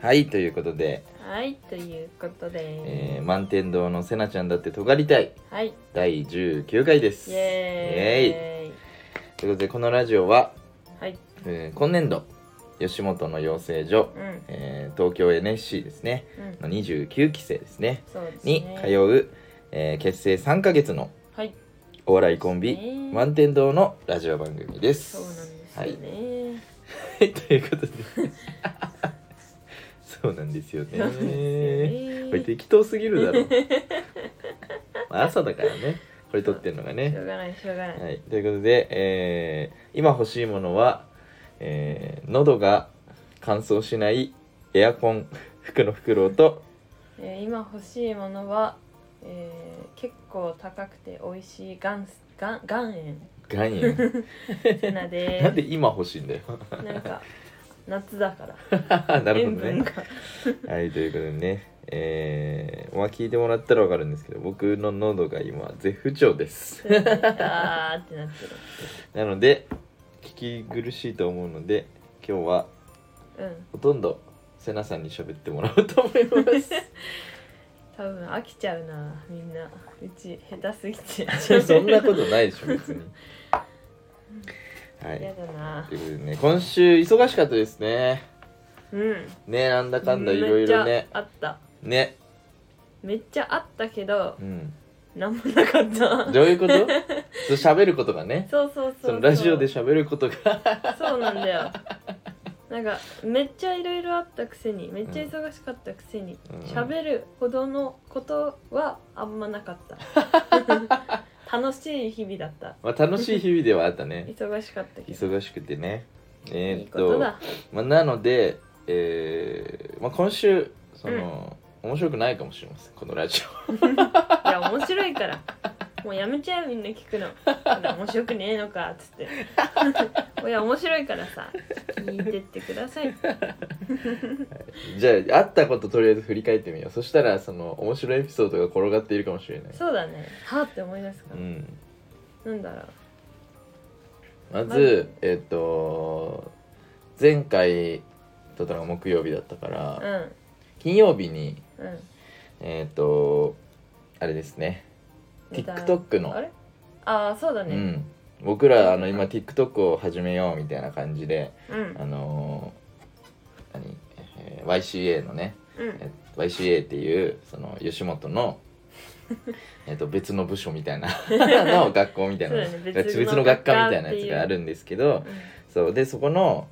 はいということで、満天堂のせなちゃんだって尖りたい、 はい、 第19回です。 イエーイ。 ということでこのラジオは、 はい、 今年度吉本の養成所、東京 NSC ですね、の29期生ですね、に通う、結成3ヶ月のお笑いコンビ、満天堂のラジオ番組です。 そうなんですよね。 はい、ということでそうなんですよね。これ適当すぎるだろ朝だからね、これ撮ってんのがね。 しょうがない。 はい、ということで、今欲しいものは、喉が乾燥しないエアコン福のフクロウと、 今欲しいものは、結構高くて美味しい岩塩セナです。 なんで今欲しいんだよなんか夏だからなるほどねはいということでね、聞いてもらったら分かるんですけど、僕の喉が今絶不調ですあーってなってるなので聞き苦しいと思うので、今日はほとんどセナさんに喋ってもらおうと思います多分飽きちゃうな、みんな。うち下手すぎてそんなことないでしょ別にはい、 やだな。 ということでね、今週忙しかったですね。ね、なんだかんだいろいろね。 めっちゃあったね。 めっちゃあったけど、なんもなかったどういうこと？喋ることがね。 そうそのラジオで喋ることがそうなんだよ。なんかめっちゃいろいろあったくせに、めっちゃ忙しかったくせに喋るほどのことはあんまなかった楽しい日々だった。 楽しい日々ではあったね忙しかったけど。忙しくてね。 いいことだ。 なので、今週面白くないかもしれません、このラジオいや面白いからもうやめちゃう、みんな聞くの面白くねえのかっつっていや面白いからさ、聞いてってくださいじゃああったこととりあえず振り返ってみよう。そしたらその面白いエピソードが転がっているかもしれない。 そうだね、はって思い出すから、なんだろう。 まず前回撮ったのが木曜日だったから、金曜日にあれですね、TikTok のそうだね、 僕ら今 TikTok を始めようみたいな感じで、YCA のね、YCA っていうその吉本の別の部署みたいなの学校みたいな、別の学科みたいなやつがあるんですけど、そうでそこの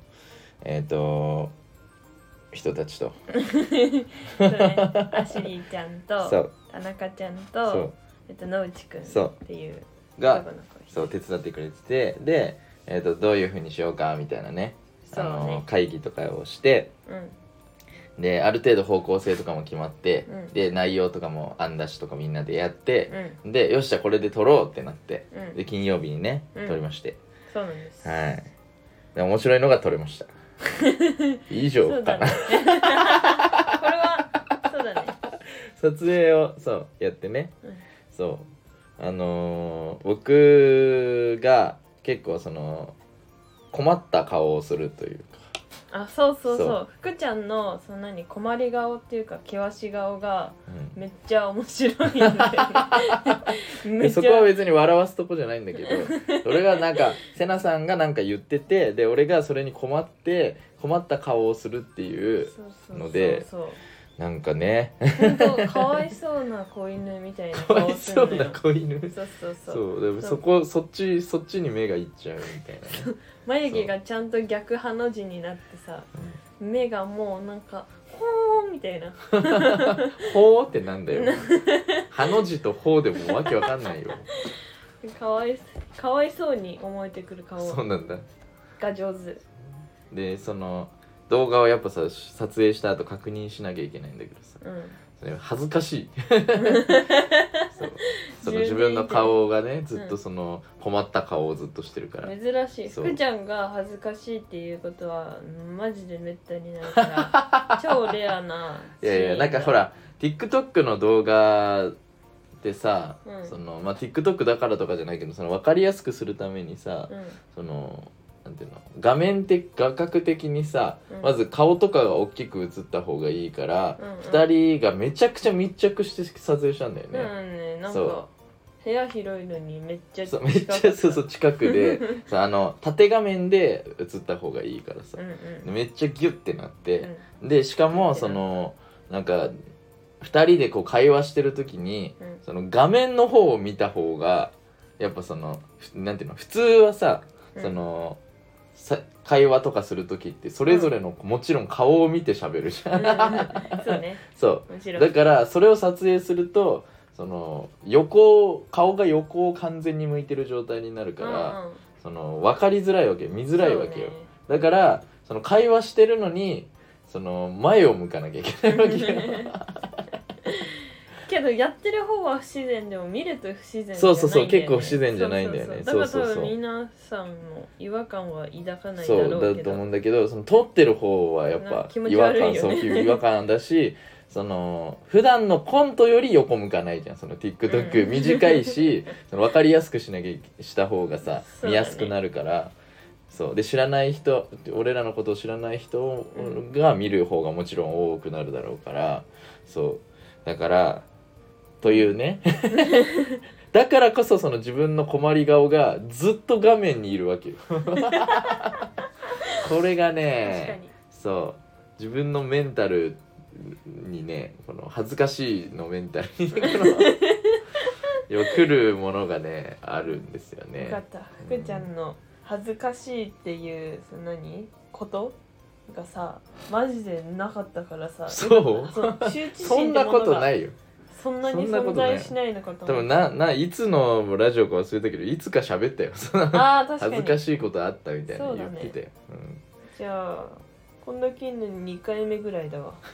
人たちとアシュリーちゃんと田中ちゃんと野内くんっていうが手伝ってくれてて、で、どういう風にしようかみたいなね、会議とかをして、である程度方向性とかも決まって、で内容とかも案出しとかみんなでやって、でよっしゃこれで撮ろうってなって、で金曜日にね撮りまして、 そうなんです。 はい。で面白いのが撮れました以上かなこれはそうだね撮影をやってね、僕が結構困った顔をするというか、 そう福ちゃんの困り顔っていうか険し顔がめっちゃ面白いんだよねそこは別に笑わすとこじゃないんだけど俺がセナさんが言ってて、で俺がそれに困った顔をするっていうので、なんかね本当かわいそうな子犬みたいな顔するのよ。 かわいそうな子犬。 そうでもそっちに目がいっちゃうみたいなね眉毛がちゃんと逆ハの字になってさ、目がもうほーみたいなほーってなんだよハの字とほーでもわけわかんないよかわいそうに思えてくる顔そうなんだが上手で、 動画をやっぱ撮影した後確認しなきゃいけないんだけどさ、それ恥ずかしい自分の顔がねずっと困った顔をずっとしてるから、 珍しい。福ちゃんが恥ずかしいっていうことはマジでめったにないから超レアなシーン。 いやほら TikTok の動画でさ、TikTok だからとかじゃないけど分かりやすくするためにさ、 なんていうの、画面的画角的にさ、まず顔とかが大きく映った方がいいから、2人がめちゃくちゃ密着して撮影したんだよね。 なんか部屋広いのにめっちゃ近くめっちゃ近くで縦画面で映った方がいいからさ、めっちゃギュッてなって、でしかもそのなんか2人でこう会話してる時に、その画面の方を見た方がやっぱそのなんていうの、普通はさ、その会話とかする時ってそれぞれの、もちろん顔を見て喋るじゃん。 そうね。 そうだからそれを撮影するとその顔が横を完全に向いてる状態になるから、その分かりづらいわけ、見づらいわけよ。だからその会話してるのにその前を向かなきゃいけないわけよ。 けどやってる方は不自然でも見ると不自然じゃないんだよね。 そう結構不自然じゃないんだよね。 だから多分皆さんも違和感は抱かないだろうけど。 そうだと思うんだけど、その撮ってる方はやっぱ違和感だし、その普段のコントより横向かないじゃん。その TikTok 短いしその分かりやすくした方がさ、見やすくなるから。そうで知らない人、俺らのことを知らない人が見る方がもちろん多くなるだろうから、そうだからというねだからこそその自分の困り顔がずっと画面にいるわけよ。これがね、そう自分のメンタルにね、この恥ずかしいのメンタルにね来るものがねあるんですよね。 分かった。福ちゃんの恥ずかしいっていうことがさ、マジでなかったからさ。 そう羞恥そんなことないよ。 そんなに存在しないのかと思う。多分いつのラジオか忘れたけど、いつか喋ったよ。 確かに恥ずかしいことあったみたいな言ってたよ。 じゃあこんだけの2回目ぐらいだわ。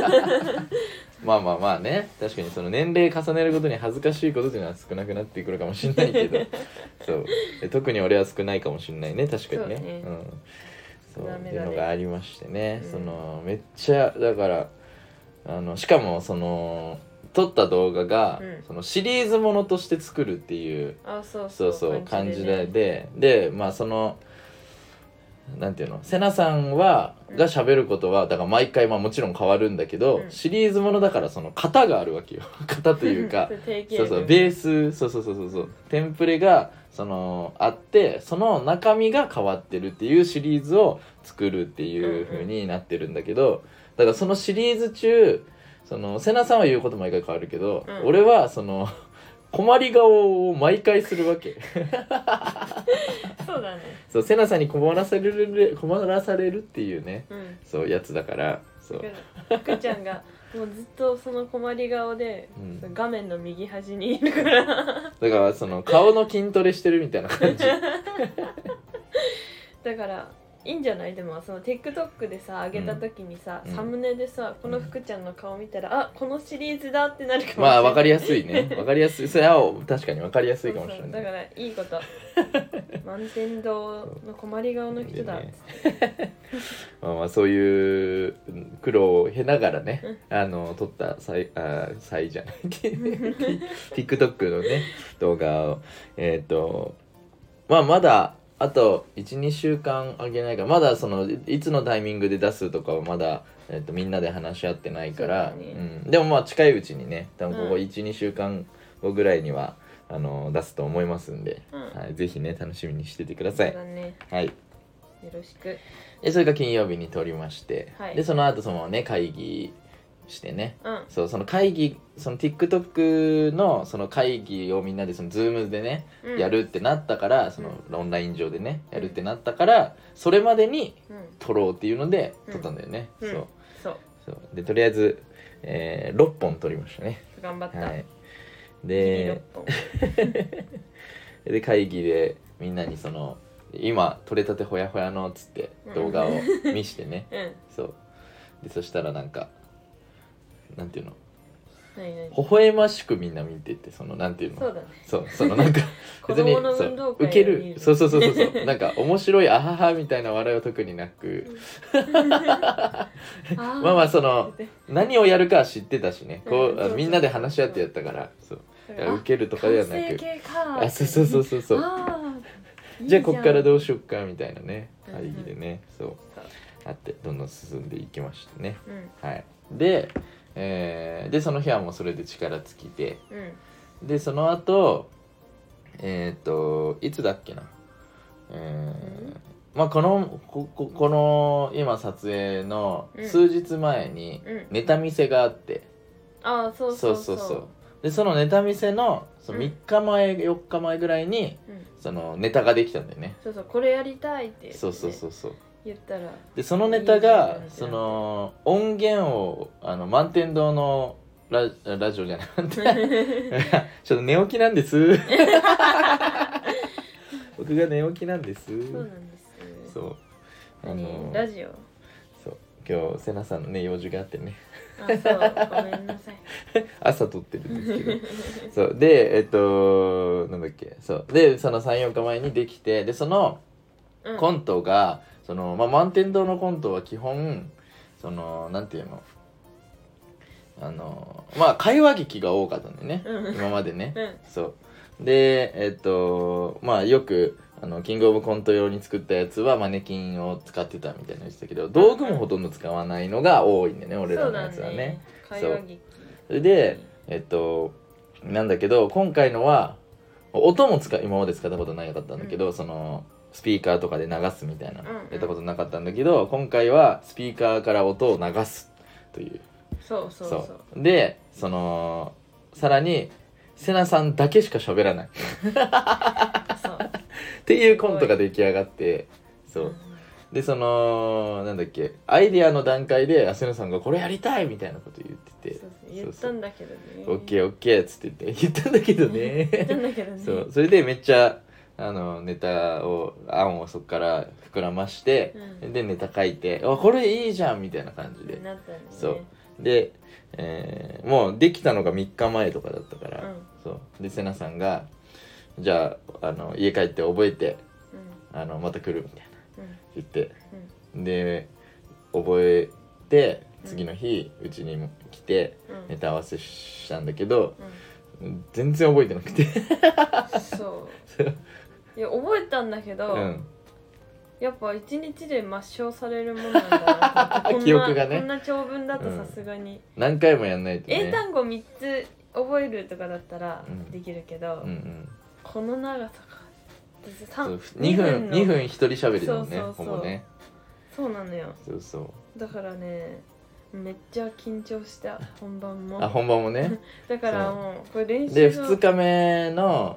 まあね、確かにその年齢重ねるごとに恥ずかしいことっていうのは少なくなってくるかもしれないけどそう特に俺は少ないかもしれないね、確かにね。そうっていうのがありましてね、そのめっちゃだからしかもその撮った動画が、そのシリーズものとして作るっていう感じで、まあそのなんていうの、セナさんが喋ることはだから毎回もちろん変わるんだけど、シリーズものだからその型があるわけよ。型というかベース、テンプレがそのあって、その中身が変わってるっていうシリーズを作るっていう風になってるんだけど、だからそのシリーズ中そのセナさんは言うこと毎回変わるけど、俺はその困り顔を毎回するわけ。 そうだね。 そうセナさんに困らされるっていうね、そうやつだから。そう福ちゃんがもうずっとその困り顔で、画面の右端にいるからだからその顔の筋トレしてるみたいな感じ。 だからいいんじゃない？でもその TikTok でさ上げた時にさ、サムネでさこの福ちゃんの顔見たら、あ、このシリーズだってなるかもしれない。 まあ分かりやすいね。分かりやすい。それは確かに分かりやすいかもしれない。 だからいいこと満天堂の困り顔の人だっつって、 まあそういう苦労を経ながらね、撮ったじゃないTikTok のね動画をまだあと 1,2 週間あげないから、まだそのいつのタイミングで出すとかはまだ、みんなで話し合ってないから、でもまあ近いうちにね、多分ここ 1,2 週間後ぐらいには出すと思いますんで、はい、ぜひね楽しみにしててください。 そうだね、 はい、 よろしく。 それが金曜日に撮りまして、でその後そのね会議してね、その会議、その TikTok のその会議をみんなでその Zoom でね、やるってなったから、そのオンライン上でねやるってなったから、それまでに撮ろうっていうので撮ったんだよね。そうでとりあえず、6本撮りましたね。 頑張った。 でで会議でみんなにその今撮れたてほやほやのっつって動画を見してね、そうでそしたらなんかなんていうの、微笑ましくみんな見てて、そのなんていうの、そのなんか別に受ける、そうなんか面白いあははみたいな笑いは特になくまあその何をやるかは知ってたしね、こうみんなで話し合ってやったから、そう受けるとかではなく、そうじゃあこっからどうしよっかみたいなね会議でね、そうあってどんどん進んでいきましたね、はい。で、でその日はもうそれで力尽きて、でその後いつだっけな、まあこの今撮影の数日前にネタ見せがあって、そうでそのネタ見せの3日前、4日前ぐらいに、そのネタができたんだよね。 これやりたいって言って、 そう言ったら、 でそのネタがその音源を満天堂のラジオじゃないちょっと寝起きなんです僕が寝起きなんです。 そうなんです。 そうラジオ、 そう今日セナさんのね用事があってねそうごめんなさい朝撮ってるんですけどそうでなんだっけ、そうでその 3,4 日前にできて、でそのコントが、満天堂のコントは基本なんていうの、まあ会話劇が多かったんだよね、今までね、そうでまあよくキングオブコント用に作ったやつはマネキンを使ってたみたいな言ってたけど、道具もほとんど使わないのが多いんだよね、俺らのやつはね。 会話劇。 それでなんだけど今回のは音も今まで使ったことなかったんだけど、そのスピーカーとかで流すみたいなやったことなかったんだけど、今回はスピーカーから音を流すという。そうでさらにセナさんだけしか喋らないっていうコントが出来上がって、そうでなんだっけ、アイディアの段階でセナさんがこれやりたいみたいなこと言ってて、 言ったんだけどね、 オッケーオッケーっつって言ったんだけどねそうそれでめっちゃネタを案をそこから膨らまして、でネタ書いて、あこれいいじゃんみたいな感じで、そうで、もうできたのが3日前とかだったから、そうでセナさんがじゃあ家帰って覚えて、また来るみたいな、言って、で覚えて次の日うちに来てネタ合わせしたんだけど、全然覚えてなくてそういや覚えたんだけど、やっぱ一日で抹消されるもんなんだな記憶がね、 こんな長文だとさすがに、 何回もやんないとね。 英単語3つ覚えるとかだったらできるけど、この長さか 2分一人喋りだもんね、ほぼね。 そうなのよ。 そうだからねめっちゃ緊張した本番も。 本番もねだからもうこれ練習で2日目の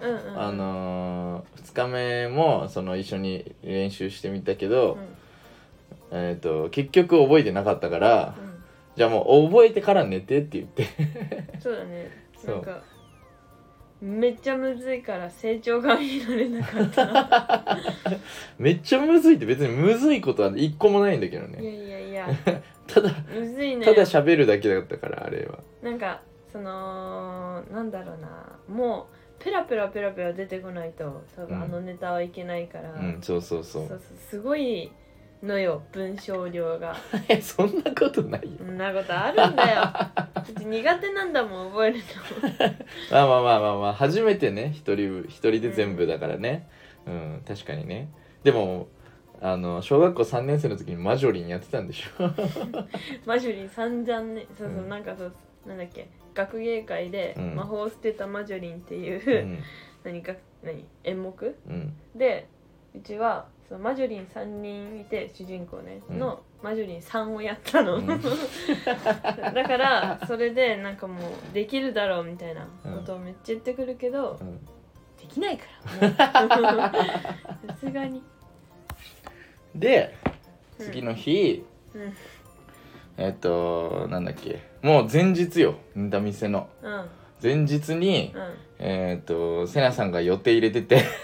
2日目も一緒に練習してみたけど、結局覚えてなかったから、じゃあもう覚えてから寝てって言ってそうだね、なんかめっちゃむずいから成長が見られなかっためっちゃむずいって別にむずいことは一個もないんだけどね。 いやただむずいね、 ただ喋るだけだったからあれは。 なんかなんだろうな、もうペラペラ出てこないと多分ネタはいけないから、 そうすごいのよ文章量がそんなことないよ。 そんなことあるんだよ苦手なんだもん覚えるのまあ初めてね一人で全部だからね、確かにね。でも小学校3年生の時にマジョリンやってたんでしょマジョリン散々ね、なんかなんだっけ、学芸会で魔法を捨てたマジョリンっていう、演目、でうちはマジョリン3人いて主人公ね、のマジョリン3をやったの、だからそれでなんかもうできるだろうみたいなことをめっちゃ言ってくるけど、できないからさすがに。で次の日、なんだっけ、もう前日よ、ネタ見せの、前日に、セナさんが予定入れてて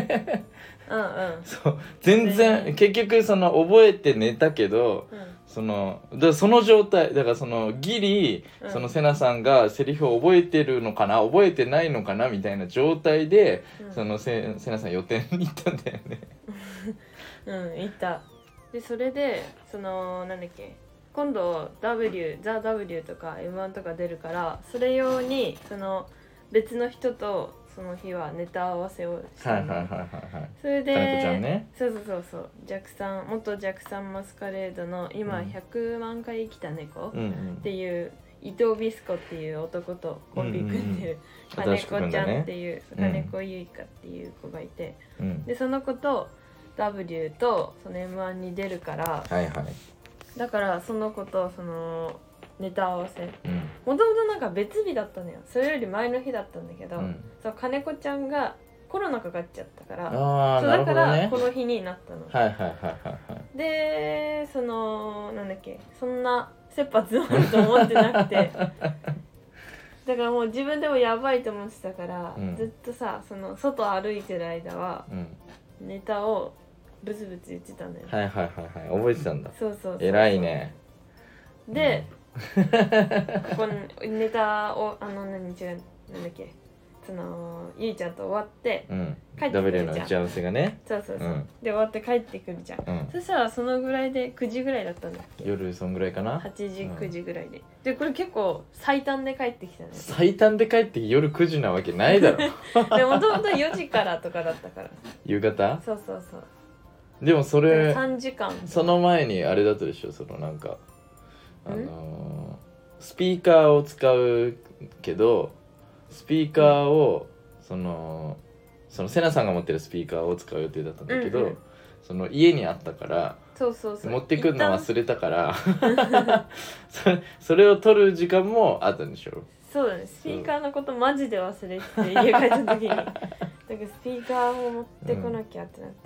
そう全然結局覚えて寝たけど、その状態だからギリ、セナさんがセリフを覚えてるのかな覚えてないのかなみたいな状態で、セナさん予定に行ったんだよね行った。でそれでなんだっけ、今度 THEW とか M1 とか出るから、それ用に別の人とその日はネタ合わせをしたの、 はいはいはいはいはい。 それで金子ちゃんね。 そう元ジャクサンマスカレードの今100万回生きた猫っていう伊藤ビスコっていう男とコンビ組んでる金子ちゃんっていう金子結花っていう子がいて、でその子と W とその M1 に出るから、 はいはい、 だからその子とそのネタ合わせもともとなんか別日だったのよ。それより前の日だったんだけど、そう金子ちゃんがコロナかかっちゃったから、そうだからこの日になったの。 はいはいはいはいはい。 でそのなんだっけ、そんな切羽詰まると思ってなくてだからもう自分でもやばいと思ってたから、ずっとさその外歩いてる間は、ネタをブツブツ言ってたんだよ。 はいはいはいはい、覚えてたんだ。 そう偉いね。 で、このネタをなんだっけ、そのゆいちゃんと終わって帰ってくるじゃん。 W の打ち合わせがね。 そう、で終わって帰ってくるじゃん、そしたらそのぐらいで9時ぐらいだったんだっけ。 夜そんぐらいかな。 8時9時ぐらいで、でこれ結構最短で帰ってきたね。 最短で帰ってきて夜9時なわけないだろでもともと4時からとかだったから夕方。 そうでもそれ 3時間。 その前にあれだったでしょ、そのなんかスピーカーを使うけど、スピーカーをそのセナさんが持ってるスピーカーを使う予定だったんだけど、その家にあったから持ってくるの忘れたからそれを取る時間もあったんでしょ。 そうだね、スピーカーのことマジで忘れて家帰った時にだからスピーカーを持ってこなきゃってなって、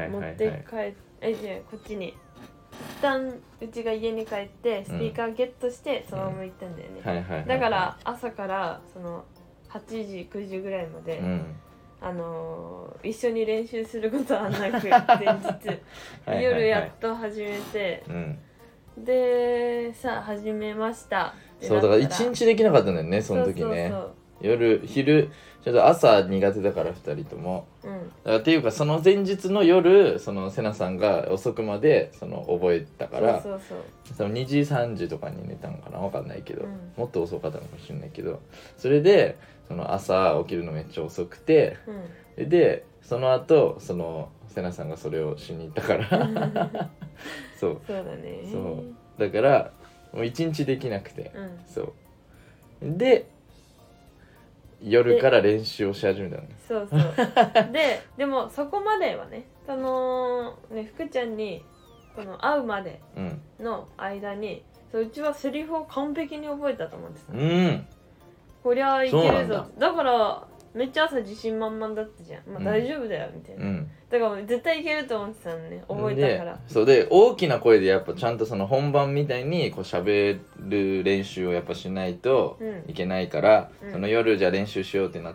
持って帰ってこっちに一旦うちが家に帰ってスピーカーゲットしてそのまま行ったんだよね。だから朝からその8時9時ぐらいまで、一緒に練習することはなく前日夜やっと始めて、でさあ始めましたってそうだから1日できなかったんだよねその時ね。夜昼ちょっと朝苦手だから2人とも、だからっていうかその前日の夜そのセナさんが遅くまでその覚えたから、その2時3時とかに寝たのかな、分かんないけど、もっと遅かったのかもしれないけど、それでその朝起きるのめっちゃ遅くて、でその後そのセナさんがそれをしに行ったからそうだね。 そうだからもう1日できなくて、そうで夜から練習をし始めたのね。 そうでもそこまではね、そのね福ちゃんにこの会うまでの間に、うちはセリフを完璧に覚えたと思ってた。こりゃいけるぞ。だからめっちゃ朝自信満々だったじゃん。大丈夫だよみたいな、だから絶対いけると思ってたのね、覚えたから。 そうで大きな声でやっぱちゃんとその本番みたいにこう喋る練習をやっぱしないといけないから、その夜じゃあ練習しようってなって、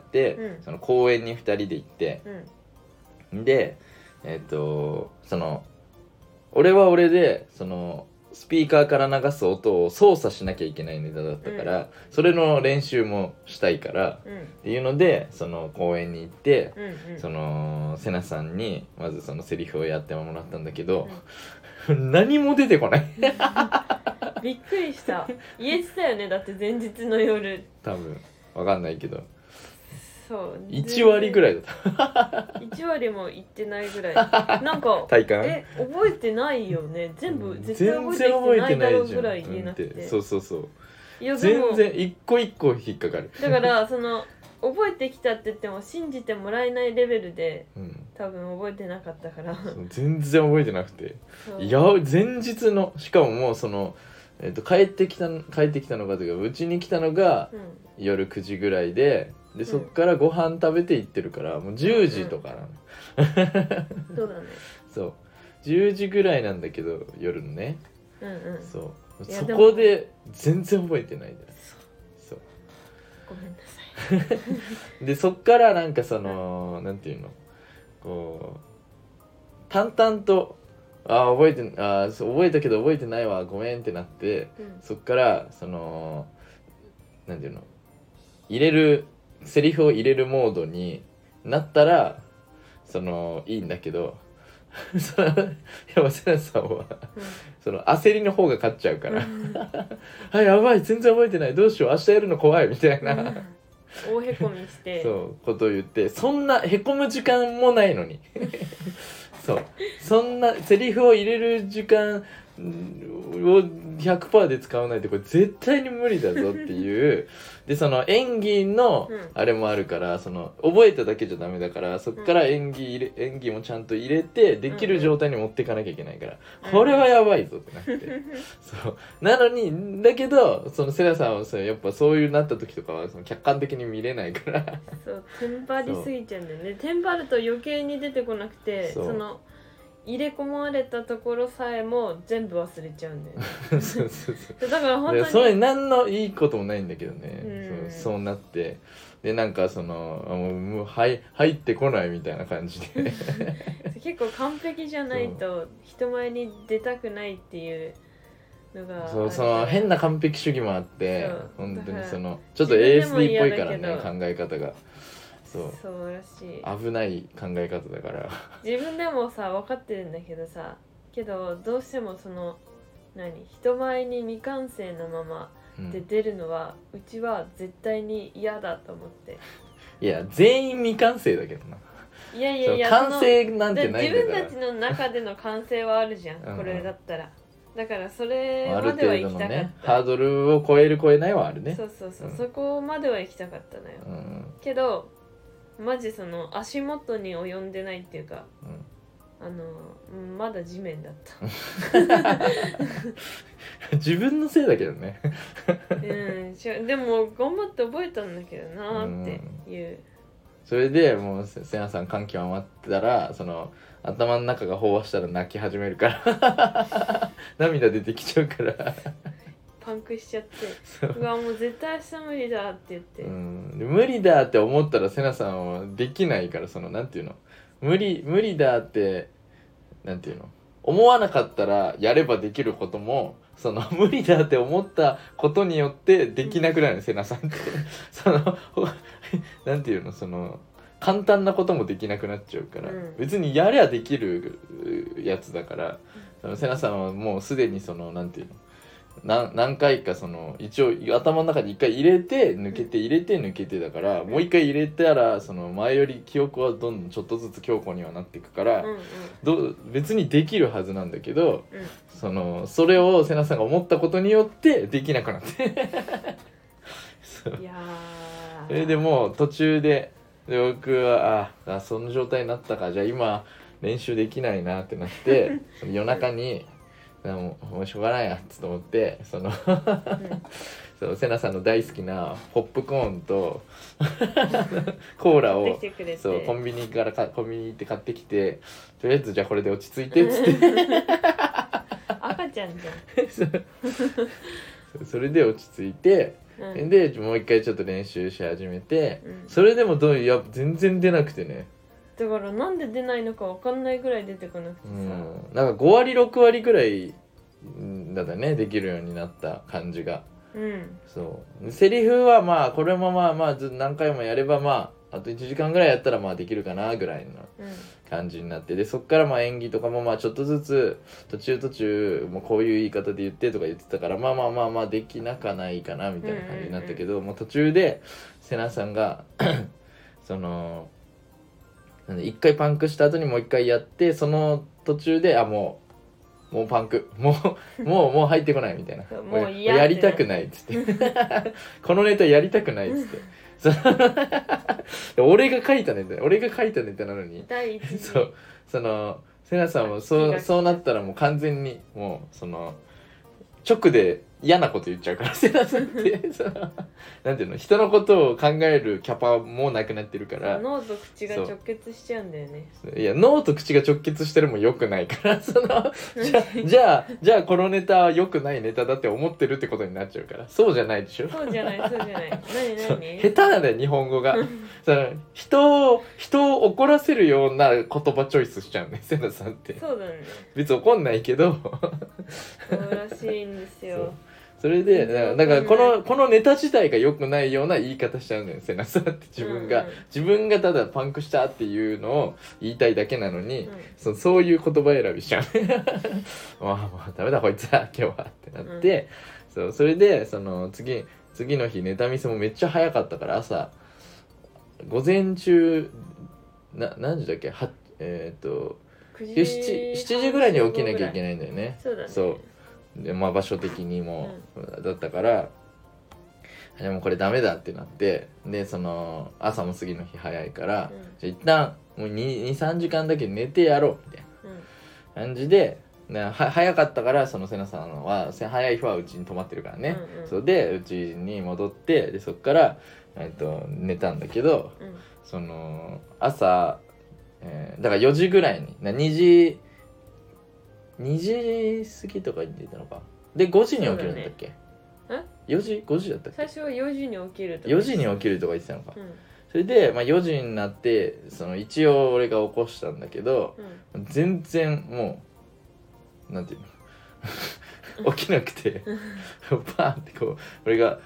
その公園に2人で行って、でその俺は俺でそのスピーカーから流す音を操作しなきゃいけないネタだったから、それの練習もしたいから、っていうのでその公園に行って、そのセナさんにまずそのセリフをやってもらったんだけど、何も出てこないびっくりした。言えてたよね、だって前日の夜。 多分わかんないけど、 そう 1割ぐらいだった 1割もいってないぐらいなんか体感覚えてないよね、全部絶対覚えてきてないだろうぐらい言えなくて、 そういや全然一個一個引っかかる。 だからその覚えてきたって言っても信じてもらえないレベルで、多分覚えてなかったから全然覚えてなくて、いや前日のしかももうその帰ってきたのかというかうちに来たのが夜9時ぐらいで、そっからご飯食べて行ってるからもう10時とかなの、 そうだね。 そう10時ぐらいなんだけど夜のね、そこで全然覚えてないんだよ。そうごめんなさいでそっからなんかそのなんていうのこう淡々と覚えたけど覚えてないわごめんってなって、そっからそのなんていうのセリフを入れるモードになったらそのいいんだけどやっぱセナさんは、その焦りの方が勝っちゃうから、やばい全然覚えてないどうしよう明日やるの怖いみたいな、 大へこみしてそうことを言って、そんなへこむ時間もないのにそうそんなセリフを入れる時間を 100% で使わないとこれ絶対に無理だぞっていうでその演技のあれもあるから、その覚えただけじゃダメだからそっから演技もちゃんと入れてできる状態に持っていかなきゃいけないから、これはやばいぞってなってそうなのにだけどそのセラさんはやっぱそういうなった時とかはその客観的に見れないからそうテンパりすぎちゃうんだよね。テンパると余計に出てこなくてその入れ込まれたところさえも全部忘れちゃうんだよねそうだから本当にそれ何のいいこともないんだけどね、そうなってでなんかそのもう入ってこないみたいな感じで結構完璧じゃないと人前に出たくないっていうのがその変な完璧主義もあって本当にそのちょっと ASD っぽいからね考え方がそうらしい危ない考え方だから自分でもさ分かってるんだけどさけどどうしてもその人前に未完成のままで出るのは、うちは絶対に嫌だと思っていや全員未完成だけどないや完成なんてないんだから自分たちの中での完成はあるじゃんこれだったらだからそれまでは行きたかった、ね、 ハードルを超える超えないはあるねそう、そこまでは行きたかったのよ、けどマジその足元に及んでないっていうか、まだ地面だった自分のせいだけどねでも頑張って覚えたんだけどなっていう、 それでもうセナさん感極まったらその頭の中が飽和したら泣き始めるから涙出てきちゃうからパンクしちゃってうわもう絶対明日無理だって言って、 無理だって思ったらセナさんはできないからそのなんていうの無理だってなんていうの思わなかったらやればできることもその無理だって思ったことによってできなくなるセナさんってそのなんていうのその簡単なこともできなくなっちゃうから、別にやりゃできるやつだから、そのセナさんはもうすでにそのなんていうの何回かその一応頭の中に一回入れて抜けて入れて抜けてだから、もう一回入れたらその前より記憶はどんどんちょっとずつ強固にはなっていくから、別にできるはずなんだけど、それをセナさんが思ったことによってできなくなっていやそれでもう途中で僕はその状態になったかじゃあ今練習できないなってなって夜中にもうしょうがないやっと思ってそうセナさんの大好きなポップコーンとコーラをそうコンビニ行って買ってきてとりあえずじゃあこれで落ち着いてっつって赤ちゃんじゃんそれで落ち着いて、でもう一回ちょっと練習し始めて、それでも全然出なくてね。 だからなんで出ないのか分かんないぐらい出てこなくてさ、 なんか5割6割ぐらいだねできるようになった感じが、そうセリフはまあこれもまあ何回もやればあと1時間ぐらいやったらできるかなぐらいの感じになって、でそっから演技とかもちょっとずつ途中もうこういう言い方で言ってとか言ってたからできなかないかなみたいな感じになったけど、もう途中でセナさんがその一回パンクした後にもう一回やってその途中でもうパンクもう入ってこないみたいなもうやりたくないっつってこのネタやりたくないっつって俺が書いたネタなのにそのセナさんもそうなったらもう完全にもうその直で嫌なこと言っちゃうからセナさんってなんていうの人のことを考えるキャパもなくなってるから脳と口が直結しちゃうんだよね。 いや脳と口が直結してるも良くないからじゃあこのネタは良くないネタだって思ってるってことになっちゃうからそうじゃないでしょ。 そうじゃない何下手なんだよ日本語がその人を怒らせるような言葉チョイスしちゃうねセナさんって。 そうだね別に怒んないけどそうらしいんですよ。 それでだからこのネタ自体が良くないような言い方しちゃうんだよセナさんって自分がただパンクしたっていうのを言いたいだけなのに、そういう言葉選びしちゃうもうダメだこいつは今日はってなって、それでその次の日ネタ見せもめっちゃ早かったから朝午前中何時だっけは7時ぐらいに起きなきゃいけないんだよね。 そうだね。 そうで、場所的にも、だったからでもこれダメだってなって、でその朝も次の日早いから、じゃあ一旦もう 2,3 時間だけ寝てやろうみたいな感じで、早かったからそのセナさんは早い日はうちに泊まってるからね、それでうちに戻って、でそっから、寝たんだけど、その朝、だから4時ぐらいに2時過ぎとかに出たのかで5時に起きるんだっけ、4時5時だったっけ。 最初は4時に起きるとか 4時に起きるとか言ってたのか、それで、4時になって一応俺が起こしたんだけど、全然もうなんていうの起きなくてパンってこう俺が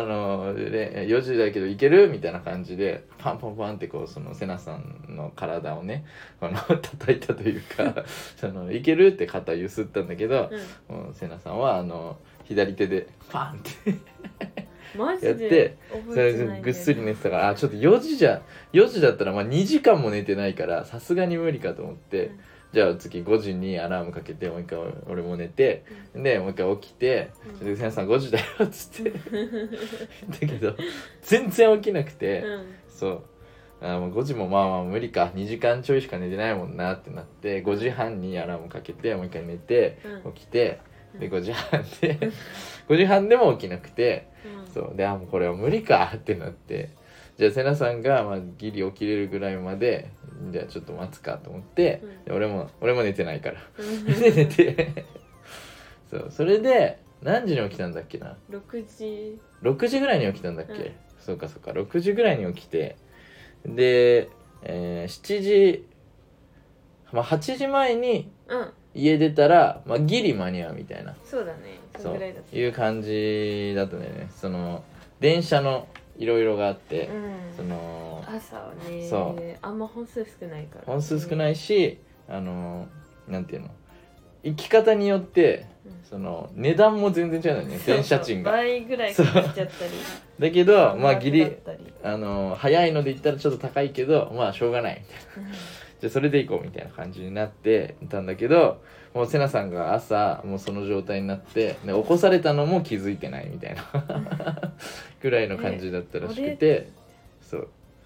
4時だけどいけるみたいな感じでパンパンパンってこうそのセナさんの体をね叩いたというかいけるって肩ゆすったんだけど、セナさんは左手でパンってマジでやってそれでぐっすり寝てたからちょっと4時だったら2時間も寝てないからさすがに無理かと思って、じゃあ次5時にアラームかけてもう一回俺も寝て、でもう一回起きて「それでセナさん5時だよ」っつってだけど全然起きなくて、そうもう5時も無理か2時間ちょいしか寝てないもんなってなって5時半にアラームかけてもう一回寝て起きて、で5時半で5時半でも起きなくて、そうでもうこれは無理かってなって、じゃあセナさんがギリ起きれるぐらいまでじゃあちょっと待つかと思って、で俺も寝てないからで寝てそれで何時に起きたんだっけな。6時ぐらいに起きたんだっけ、そうか6時ぐらいに起きて、で、7時8時前に家出たら、ギリ間に合うみたいな、 そうだね、そのぐらいだった、 いう感じだったね。電車のいろいろがあって、 朝はねそうあんま本数少ないから、 本数少ないしなんていうの行き方によって、値段も全然違うんだよね、電車賃が倍ぐらいかかっちゃったりだけどギリ早いので言ったらちょっと高いけどしょうがないみたいなじゃあそれで行こうみたいな感じになってたんだけど、もうセナさんが朝もうその状態になってで起こされたのも気づいてないみたいなぐらいの感じだったらしくて、そう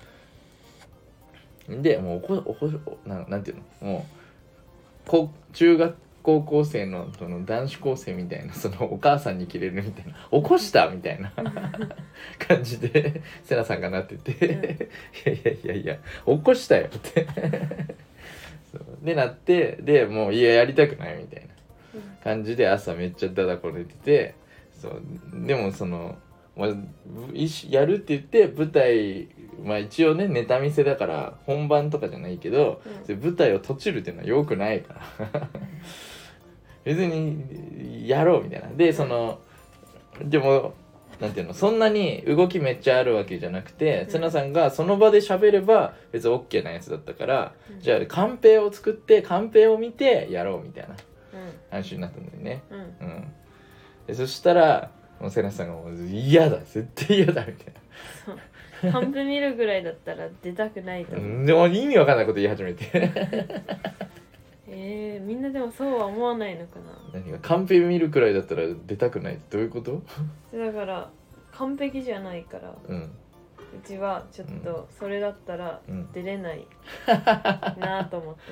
でもうなんていうの、もう中学高校生の男子高生みたいなお母さんにキレるみたいな起こしたみたいな感じでセナさんがなってていや起こしたよってそうでなって、でもう家やりたくないみたいな感じで朝めっちゃダダこねてて、そうでもやるって言って舞台一応ねネタ見せだから本番とかじゃないけど、舞台を閉じるっていうのは良くないから別にやろうみたいな。ででもなんていうの、そんなに動きめっちゃあるわけじゃなくて、ツナさんがその場で喋れば別に OK なやつだったから、じゃあカンペを作ってカンペを見てやろうみたいな話になったんだよね。でそしたらもうセナさんがもう嫌だ絶対嫌だみたいな。カンペ見るぐらいだったら出たくないと思う。 でも意味わかんないこと言い始めてみんなでもそうは思わないのかな。 何がカンペ見るくらいだったら出たくないってどういうこと？ だから完璧じゃないから、うちはちょっとそれだったら出れないなと思って、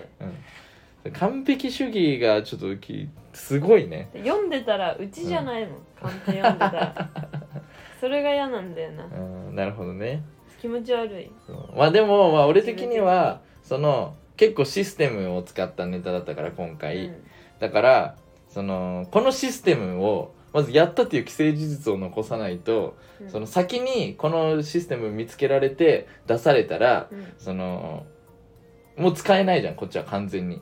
完璧主義がちょっとすごいね。 読んでたらうちじゃないもん、カンペ読んでたらそれが嫌なんだよな。 なるほどね。 気持ち悪い。 でも俺的には結構システムを使ったネタだったから今回、だからこのシステムをまずやったっていう既成事実を残さないと、先にこのシステム見つけられて出されたら、もう使えないじゃんこっちは完全に、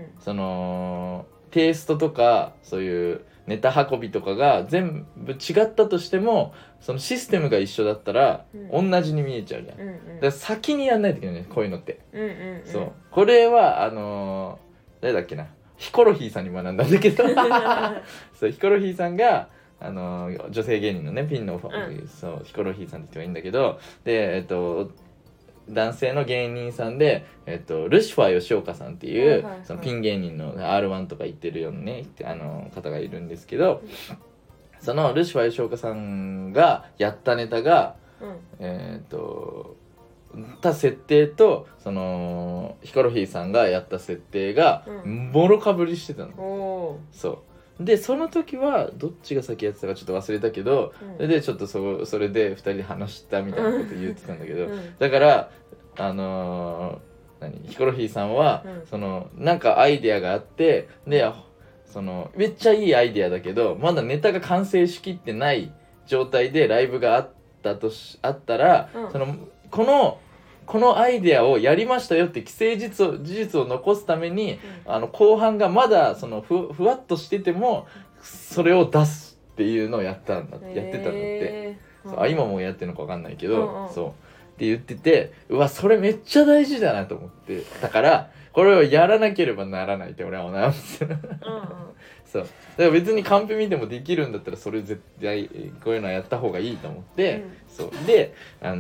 テイストとかそういうネタ運びとかが全部違ったとしてもそのシステムが一緒だったら同じに見えちゃうじゃん、だから先にやんないといけないねこういうのって、そうこれは誰だっけな、ヒコロヒーさんに学んだんだけどそうヒコロヒーさんが女性芸人のねピンの、そうヒコロヒーさんって人がいいんだけど、で男性の芸人さんで、ルシファー吉岡さんっていう、そのピン芸人の R1 とか言ってるようなね方がいるんですけど、そのルシファー吉岡さんがやったネタが、た設定とそのヒコロヒーさんがやった設定がもろかぶりしてたの、そうでその時はどっちが先やってたかちょっと忘れたけど、それでちょっとそれで2人で話したみたいなこと言ってたんだけど、だからヒコロヒーさんは、そのなんかアイデアがあってでそのめっちゃいいアイデアだけどまだネタが完成しきってない状態でライブがあったら、このアイデアをやりましたよって既成事実を残すために、後半がまだそのふわっとしててもそれを出すっていうのをやってたんだって、今もやってるのか分かんないけど、そうって言ってて、うわそれめっちゃ大事だなと思って、だからこれをやらなければならないって俺は思ってるそうだから別にカンペ見てもできるんだったらそれ絶対こういうのはやった方がいいと思って、そうで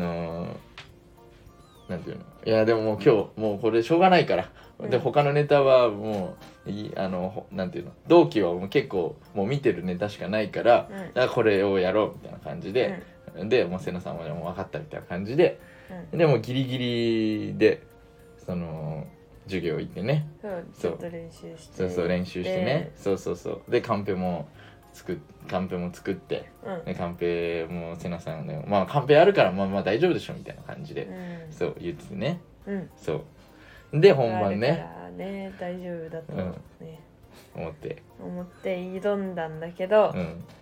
なんていうの、いやでももう今日もうこれしょうがないから、で他のネタはもうなんていうの、同期はもう結構もう見てるネタしかないから、だからこれをやろうみたいな感じで、でもう瀬名さんはもう分かったみたいな感じで、でもギリギリでその授業行ってね、 ちょっと練習して練習してね、でカンペも作って、カンペも瀬名さんでカンペあるからまあ大丈夫でしょみたいな感じで、そう言ってね、そうで本番ね大丈夫だとね、 思って挑んだんだけど、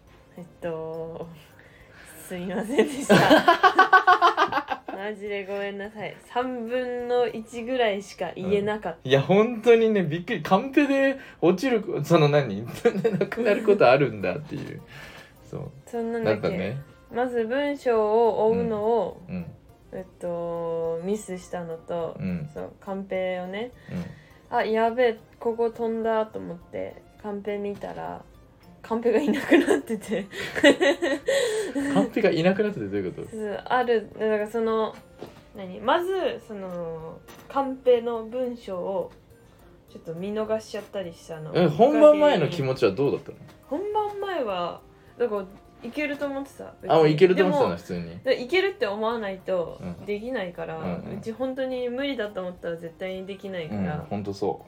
すみませんでしたマジでごめんなさい。3分の1ぐらいしか言えなかった、 いや本当にねびっくり、カンペで落ちるそのなくなることあるんだっていうそんなんだっけ、 ね、まず文章を追うのを、ミスしたのと、そうカンペをね、あやべえここ飛んだと思ってカンペ見たらカンペがいなくなっててカンペがいなくなっててどういうこと？ だからそのまずそのカンペの文章をちょっと見逃しちゃったりしたの。 本番前の気持ちはどうだったの？ 本番前はだからいけると思ってた。 もういけると思ってたの普通に。 いけるって思わないとできないから、うち本当に無理だと思ったら絶対にできないから。 本当そう。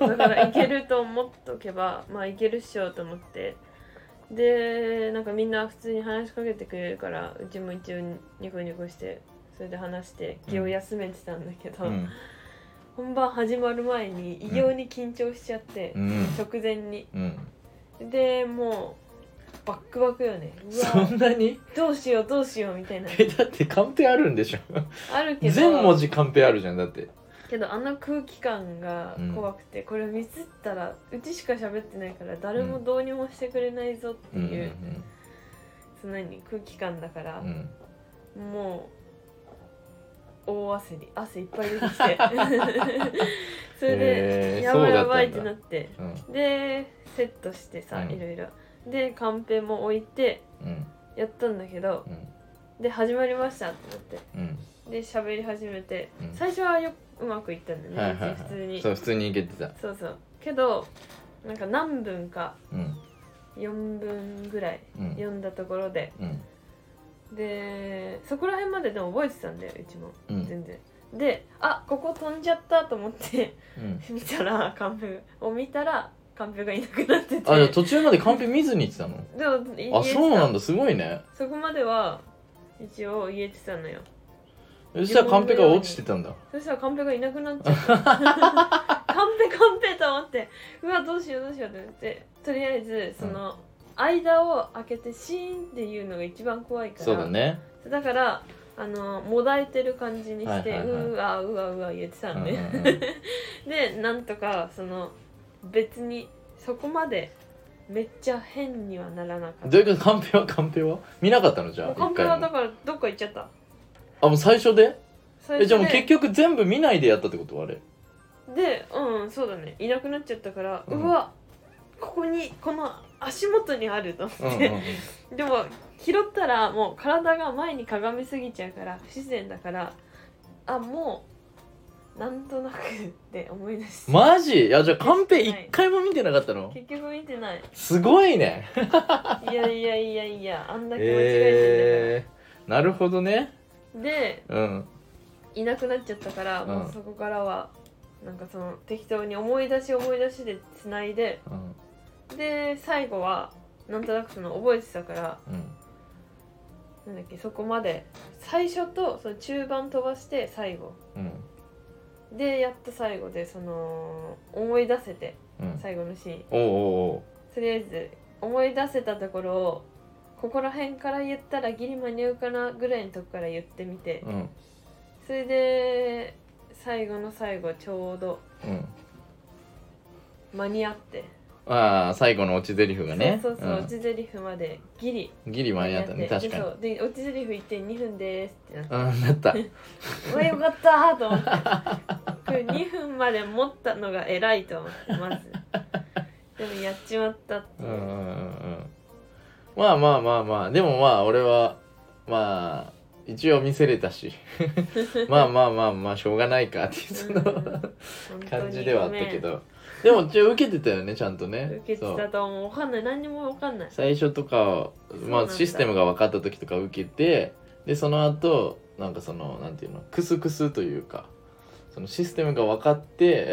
だからいけると思っとけばいけるっしょと思って。でなんかみんな普通に話しかけてくれるからうちも一応ニコニコしてそれで話して気を休めてたんだけど、本番始まる前に異様に緊張しちゃって、直前に、でもうバックバックよね。うわそんなにどうしようみたいな。 だってカンペあるんでしょあるけど全文字カンペあるじゃん。だってけど空気感が怖くて、これミスったらうちしか喋ってないから誰もどうにもしてくれないぞっていう、その空気感だから、もう大汗いっぱい出てきてそれでやばいってなって、でセットしてさ、いろいろでカンペも置いてやったんだけど、で始まりましたってなって、で喋り始めて、最初はうまくいったんだよね、普通に。 そう普通にいけてた。 そうけどなんか何分か、4分ぐらい読んだところで、でそこら辺まででも覚えてたんだようちも、全然。でここ飛んじゃったと思って見たらカンペを見たらカンペがいなくなってて、 じゃあ途中までカンペ見ずに言ってたの？ でも言えてた。 そうなんだ、すごいね。 そこまでは一応言えてたのよ。 そしたらカンペが落ちてたんだ。 そしたらカンペがいなくなっちゃったカンペと思って、うわどうしようって思って、とりあえずその間を開けてシーンっていうのが一番怖いから、 そうだね。 だからもだえてる感じにして、うわ言ってたのね、でなんとかその別にそこまでめっちゃ変にはならなかった。 どういうこと？カンペは見なかったの？じゃあカンペはだからどっか行っちゃった。 もう最初でじゃあもう結局全部見ないでやったってこと？あれでそうだね、いなくなっちゃったから、うわこの足元にあると思って、でも拾ったらもう体が前にかがみすぎちゃうから不自然だから、 もうなんとなくって思い出して。 マジ？いやじゃあカンペ一回も見てなかったの？ 結局見てない。 すごいね。 いやいやいやいや、あんだけ間違えてんだから。なるほどね。 で、 うん、 いなくなっちゃったから、もうそこからはなんかその適当に思い出しでつないで、で最後はなんとなくその覚えてたから、なんだっけ、そこまで最初とその中盤飛ばして最後、でやっと最後でその思い出せて、最後のシーン、とりあえず思い出せたところをここら辺から言ったらギリ間に合うかなぐらいのとこから言ってみて、それで最後の最後ちょうど間に合って、 最後の落ち台詞がね、 そう落ち台詞までギリ間に合ったね。確かに。 で落ち台詞言って2分ですってなった。 うわよかったーと思って、これ2分まで持ったのが偉いと思って、まずでもやっちまったっていう。 まあでも俺は一応見せれたしまあしょうがないかっていうその感じではあったけど、でも受けてたよね、ちゃんとね。 受けてたと思う。わかんない、何にもわかんない。 最初とかシステムが分かった時とか受けて、でその後なんかそのなんていうの、クスというか、そのシステムが分かって、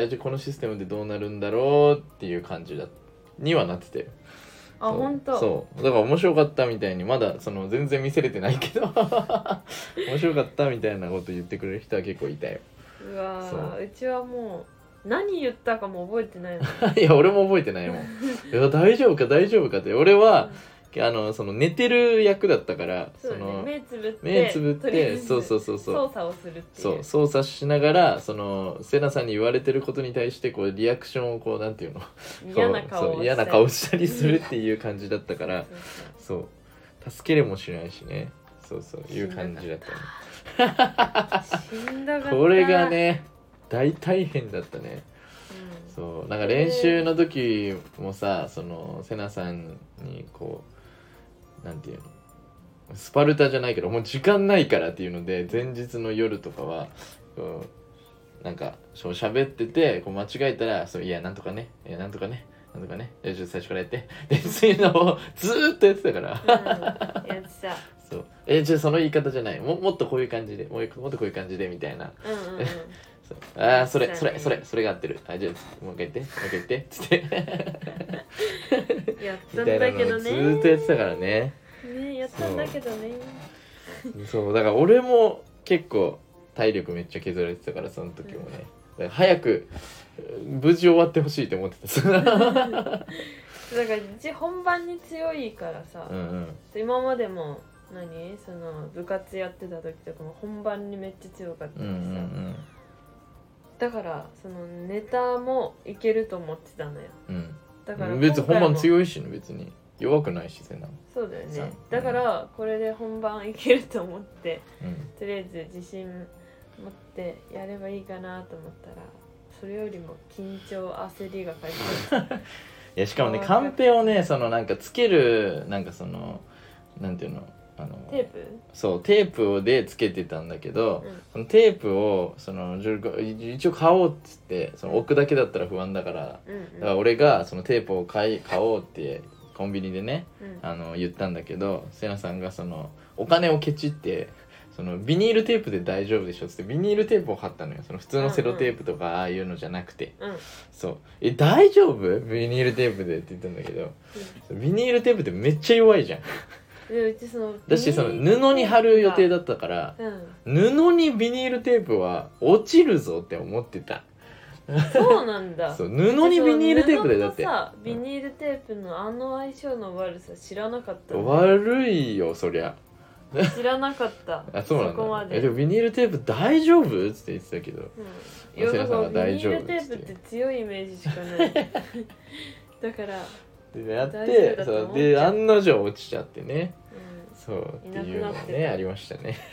じゃあこのシステムでどうなるんだろうっていう感じにはなってたよ。 本当。 そうだから面白かったみたいに、まだその全然見せれてないけど面白かったみたいなこと言ってくれる人は結構いたよ。 うわー、うちはもう何言ったかも覚えてないもんいや俺も覚えてないもんいや大丈夫かって俺は、その寝てる役だったから、 その目つぶってそう操作をするっていう。 そう操作しながら、そのセナさんに言われてることに対してこうリアクションをこうなんていうの、嫌な顔したりするっていう感じだったから、そう助けれもしないしね、そういう感じだったね。 しんどかった。 これがね大変だったね。そうなんか練習の時もさ、そのセナさんにこうなんていうの、スパルタじゃないけどもう時間ないからっていうので、前日の夜とかはこうなんか喋ってて、こう間違えたらいやなんとかねちょっと最初からやってでそういうのをずーっとやってたからやってた。 そうじゃあその言い方じゃない、もっとこういう感じで、もっとこういう感じでみたいな。それが合ってる。じゃあもう一回言ってつってやったんだけどね。 ずーっとやってたからね。 やったんだけどね。 そうだから俺も結構体力めっちゃ削られてたから、その時もね、だから早く無事終わってほしいと思ってただから本番に強いからさ、今までもその部活やってた時とかも本番にめっちゃ強かったしさ、だからそのネタもいけると思ってたのよ。だから別に本番強いしね、別に弱くないしせな。 そうだよね。だからこれで本番いけると思って、とりあえず自信持ってやればいいかなと思ったら、それよりも緊張焦りが返ってきいやしかもね、カンペをね、そのなんかつけるなんかそのなんていうの、 テープ？ そうテープでつけてたんだけど、そのテープをその一応買おうっつって、その置くだけだったら不安だから、だから俺がそのテープを買おうってコンビニでね、言ったんだけど、セナさんがそのお金をケチって、そのビニールテープで大丈夫でしょっつってビニールテープを貼ったのよ。その普通のセロテープとかああいうのじゃなくて、そう大丈夫ビニールテープでって言ったんだけど、ビニールテープってめっちゃ弱いじゃん。だしその布に貼る予定だったから、布にビニールテープは落ちるぞって思ってた。 そうなんだ。 そう布にビニールテープでだって。 ビニールテープの相性の悪さ知らなかった、 悪いよそりゃ。 知らなかった。 そうなんだ。そこまで。でもビニールテープ大丈夫って言ってたけど、セナさんは大丈夫って。 ビニールテープって強いイメージしかないだからやってで案の定落ちちゃってね、そうっていうのねありましたね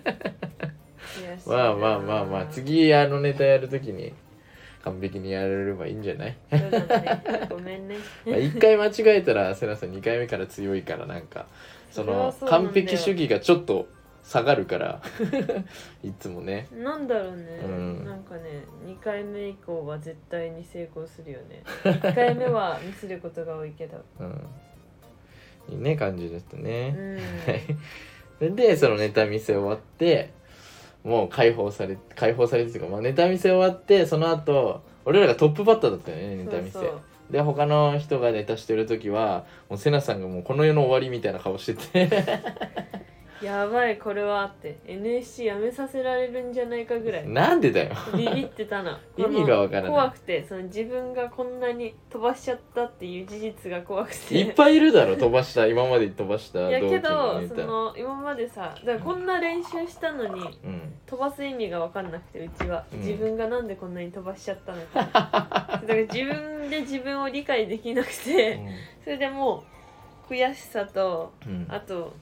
まあ次ネタやるときに完璧にやれればいいんじゃない？ そうだね、ごめんね 1回間違えたらセナさん2回目から強いから、なんかその完璧主義がちょっと下がるからいつもね。 なんだろうね、なんかね2回目以降は絶対に成功するよね。1回目はミスることが多いけど、 いいね感じだったね。でそのネタ見せ終わってもう解放されてっていうか、まあ、ネタ見せ終わってその後俺らがトップバッターだったよね、ネタ見せ。そうで他の人がネタしてる時はもうセナさんがもうこの世の終わりみたいな顔しててやばいこれはって NSC やめさせられるんじゃないかぐらいなんでだよビビってたな意味がわからない。 怖くてその自分がこんなに飛ばしちゃったっていう事実が怖くていっぱいいるだろ飛ばした今まで飛ばしたいやけどその今までさだからこんな練習したのに、飛ばす意味が分かんなくてうちは、自分がなんでこんなに飛ばしちゃったのかだから自分で自分を理解できなくて、それでもう悔しさと、あと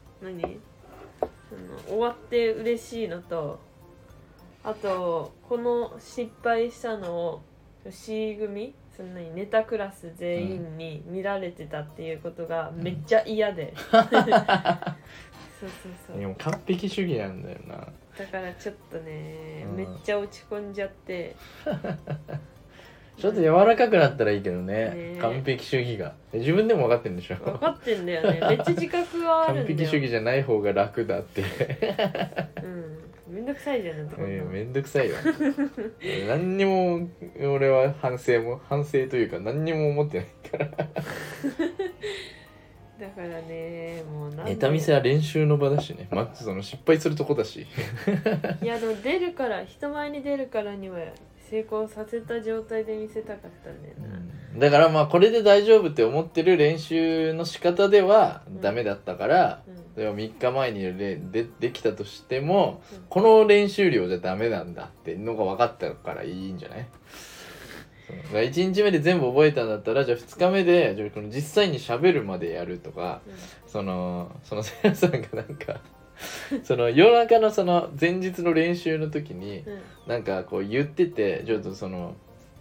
終わって嬉しいのと、あとこの失敗したのをC組そんなにネタクラス全員に見られてたっていうことがめっちゃ嫌で、そうでも完璧主義なんだよな。 だからちょっとね、めっちゃ落ち込んじゃってちょっと柔らかくなったらいいけど ね完璧主義が自分でも分かってるんでしょ。 分かってんだよねめっちゃ自覚はあるんだよ。 完璧主義じゃない方が楽だってめんどくさいじゃん。 めんどくさいわ何にも俺は反省というか何にも思ってないからだからねもうネタ見せは練習の場だしね、その失敗するとこだしいやでも人前に出るからには成功させた状態で見せたかったんだよな、 だからまあこれで大丈夫って思ってる練習の仕方ではダメだったから、でも3日前にできたとしても、この練習量じゃダメなんだってのが分かったからいいんじゃない。1日目で全部覚えたんだったらじゃあ2日目でじゃあこの実際に喋るまでやるとか、そのせやさんがなんかその夜中のその前日の練習の時に、なんかこう言っててちょっとその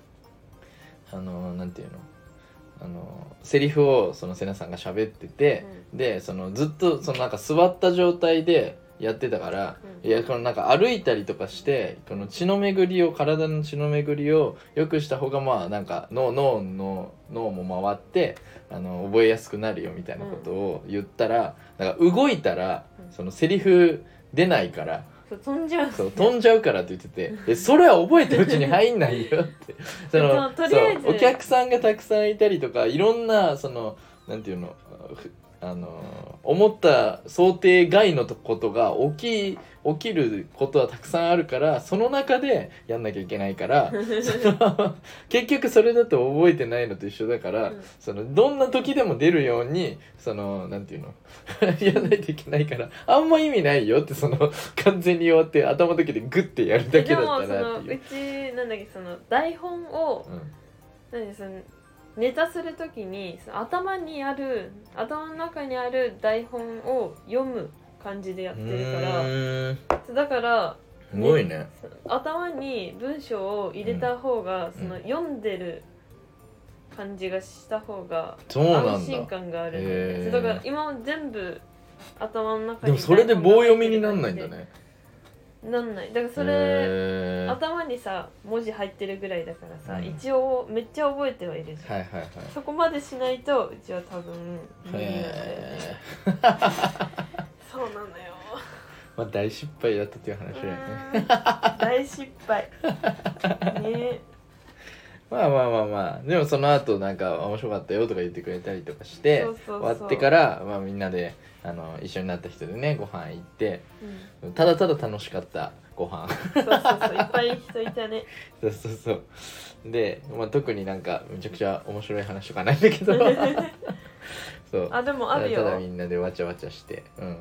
なんていうのセリフをそのセナさんが喋ってて、でそのずっとそのなんか座った状態でやってたから、いやこのなんか歩いたりとかしてこの体の血の巡りを良くした方がまあなんか脳も回って覚えやすくなるよみたいなことを言ったら、なんか動いたらそのセリフ出ないから飛んじゃうからって言っててそれは覚えてるうちに入んないよってとりあえずお客さんがたくさんいたりとかいろんなそのなんていうの思った想定外のことが起きることはたくさんあるから、その中でやんなきゃいけないから結局それだと覚えてないのと一緒だから、どんな時でも出るようになんていうのやんないといけないからあんま意味ないよって完全に終わって頭だけでグッてやるだけだったなっていう。 うちなんだっけ台本を、ネタするときに頭の中にある台本を読む感じでやってるからだから、 すごいね、 頭に文章を入れた方が、読んでる感じがした方が安心感があるんで、だから今全部頭の中にでもそれで棒読みになんないんだね。 なんないだからそれ、頭に文字入ってるぐらいだから一応めっちゃ覚えてはいるじゃん、そこまでしないとうちは多分無理なんだよねそうなのよ。 まあ大失敗だったっていう話だよね大失敗ね。 まあでもその後なんか面白かったよとか言ってくれたりとかして終わってから、みんなで一緒になった人でねご飯行って、ただただ楽しかったご飯そういっぱい人いたねそうで、特になんかめちゃくちゃ面白い話とかないんだけどそうでもあるよ。 ただみんなでわちゃわちゃして面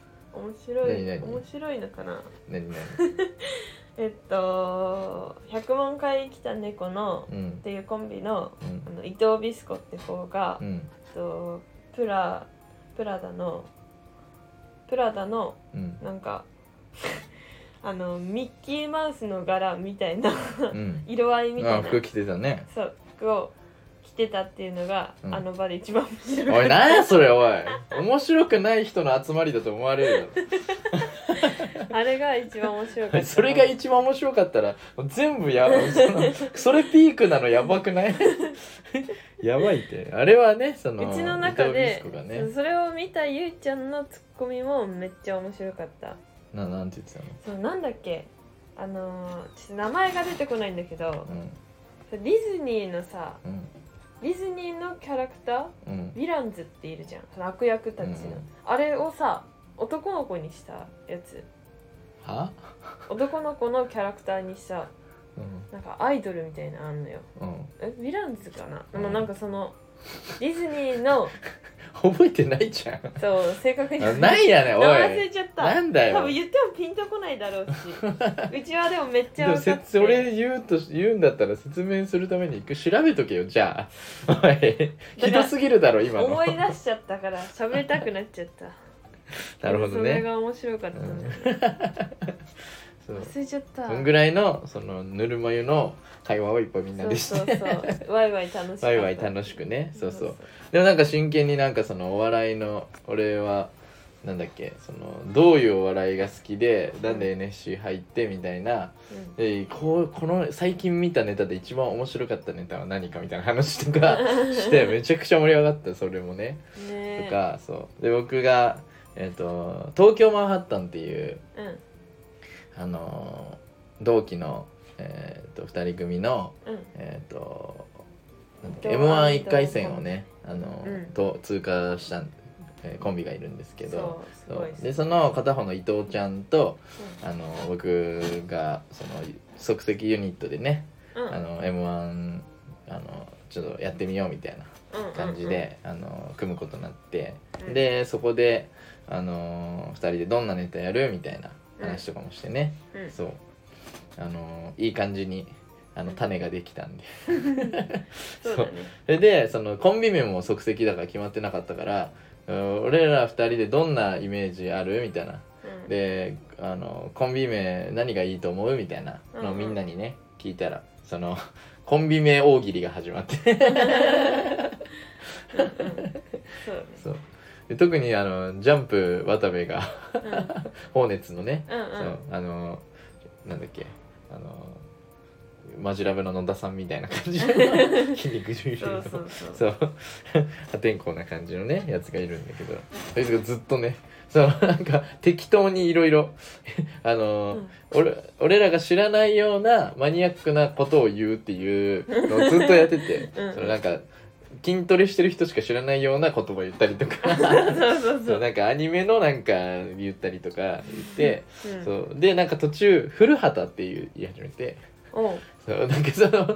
白いのかな。 何 100万回来た猫の、っていうコンビの、伊藤ビスコって方が、プラダのなんかミッキーマウスの柄みたいな色合いみたいな服着てたね。 そう服を着てたっていうのが、あの場で一番面白い。 おい何やそれおい面白くない人の集まりだと思われるよあれが一番面白かったそれが一番面白かったら全部それピークなのやばくないやばいって。あれはね、そのうちの中で、 ね、 それを見たゆいちゃんのツッコミもめっちゃ面白かった。 なんて言ってたの？ そう、なんだっけ、ちょっと名前が出てこないんだけど、ディズニーのさ、ディズニーのキャラクター、ヴィランズっているじゃん、その悪役たちの、あれをさ男の子にしたやつ。 は？ 男の子のキャラクターにさ、なんかアイドルみたいなのあんのよ。ヴィランズかな、でもなんかそのディズニーの覚えてないじゃん。 そう正確にないやね、おい忘れちゃった。 なんだよ、 多分言ってもピンとこないだろうしうちはでもめっちゃ分かって。 それ言うんだったら説明するために調べとけよ、じゃあ。おい、ひどすぎるだろ今の。 思い出しちゃったから喋りたくなっちゃったなるほどね。 それが面白かったね、忘れちゃった。 そんぐらいのそのぬるま湯の会話をいっぱいみんなでしてワイワイ楽しくワイワイ楽しくね。そうそう。でもなんか真剣になんかそのお笑いの、俺はなんだっけ、そのどういうお笑いが好きでなんで NSC 入ってみたいな、この最近見たネタで一番面白かったネタは何かみたいな話とかしてめちゃくちゃ盛り上がった。それもねとか、そうで僕が東京マンハッタンっていう、同期の2人組の、M11 回戦をねと通過したコンビがいるんですけど、でその片方の伊藤ちゃんと、僕がその即席ユニットでね、M1 ちょっとやってみようみたいな感じで、組むことになって、でそこで、2人でどんなネタやるみたいな話とかもしてね、そういい感じに種ができたんでそうだね。 それでそのコンビ名も即席だから決まってなかったから、俺ら2人でどんなイメージあるみたいな、でコンビ名何がいいと思うみたいなのをみんなにね聞いたら、そのコンビ名大喜利が始まってそうで特にジャンプ渡部がホーネッツのね、そうなんだっけ、マジラブの野田さんみたいな感じの筋肉重量のそう破天荒な感じのねやつがいるんだけど、そいつがずっとね、そうなんか適当にいろいろ俺らが知らないようなマニアックなことを言うっていうのをずっとやっててそのなんか筋トレしてる人しか知らないような言葉言ったりとかそうなんかアニメのなんか言ったりとか言って、そうでなんか途中古畑って言い始めて、そうなんかその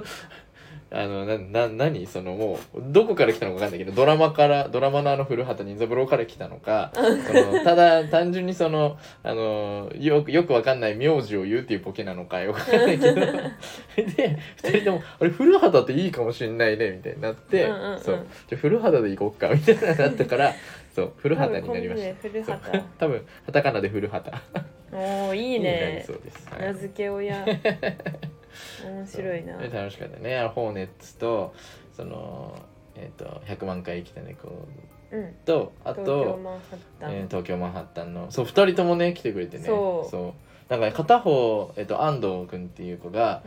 何そのもうどこから来たのか分かんないけど、ドラマの古畑任三郎から来たのかそのただ単純にそのよく分かんない名字を言うっていうボケなのかよく分かんないけどで2人ともあれ古畑っていいかもしれないねみたいになって、そうじゃ古畑で行こっかみたいななったからそう古畑になりました。多分カタカナで古畑おーいいね。 そうです、 名付け親面白いな。 楽しかったね。ホーネッツとその100万回生きた猫と、あと東京マンハッタンのそう2人ともね来てくれてね、そうなんか片方安藤君っていう子が、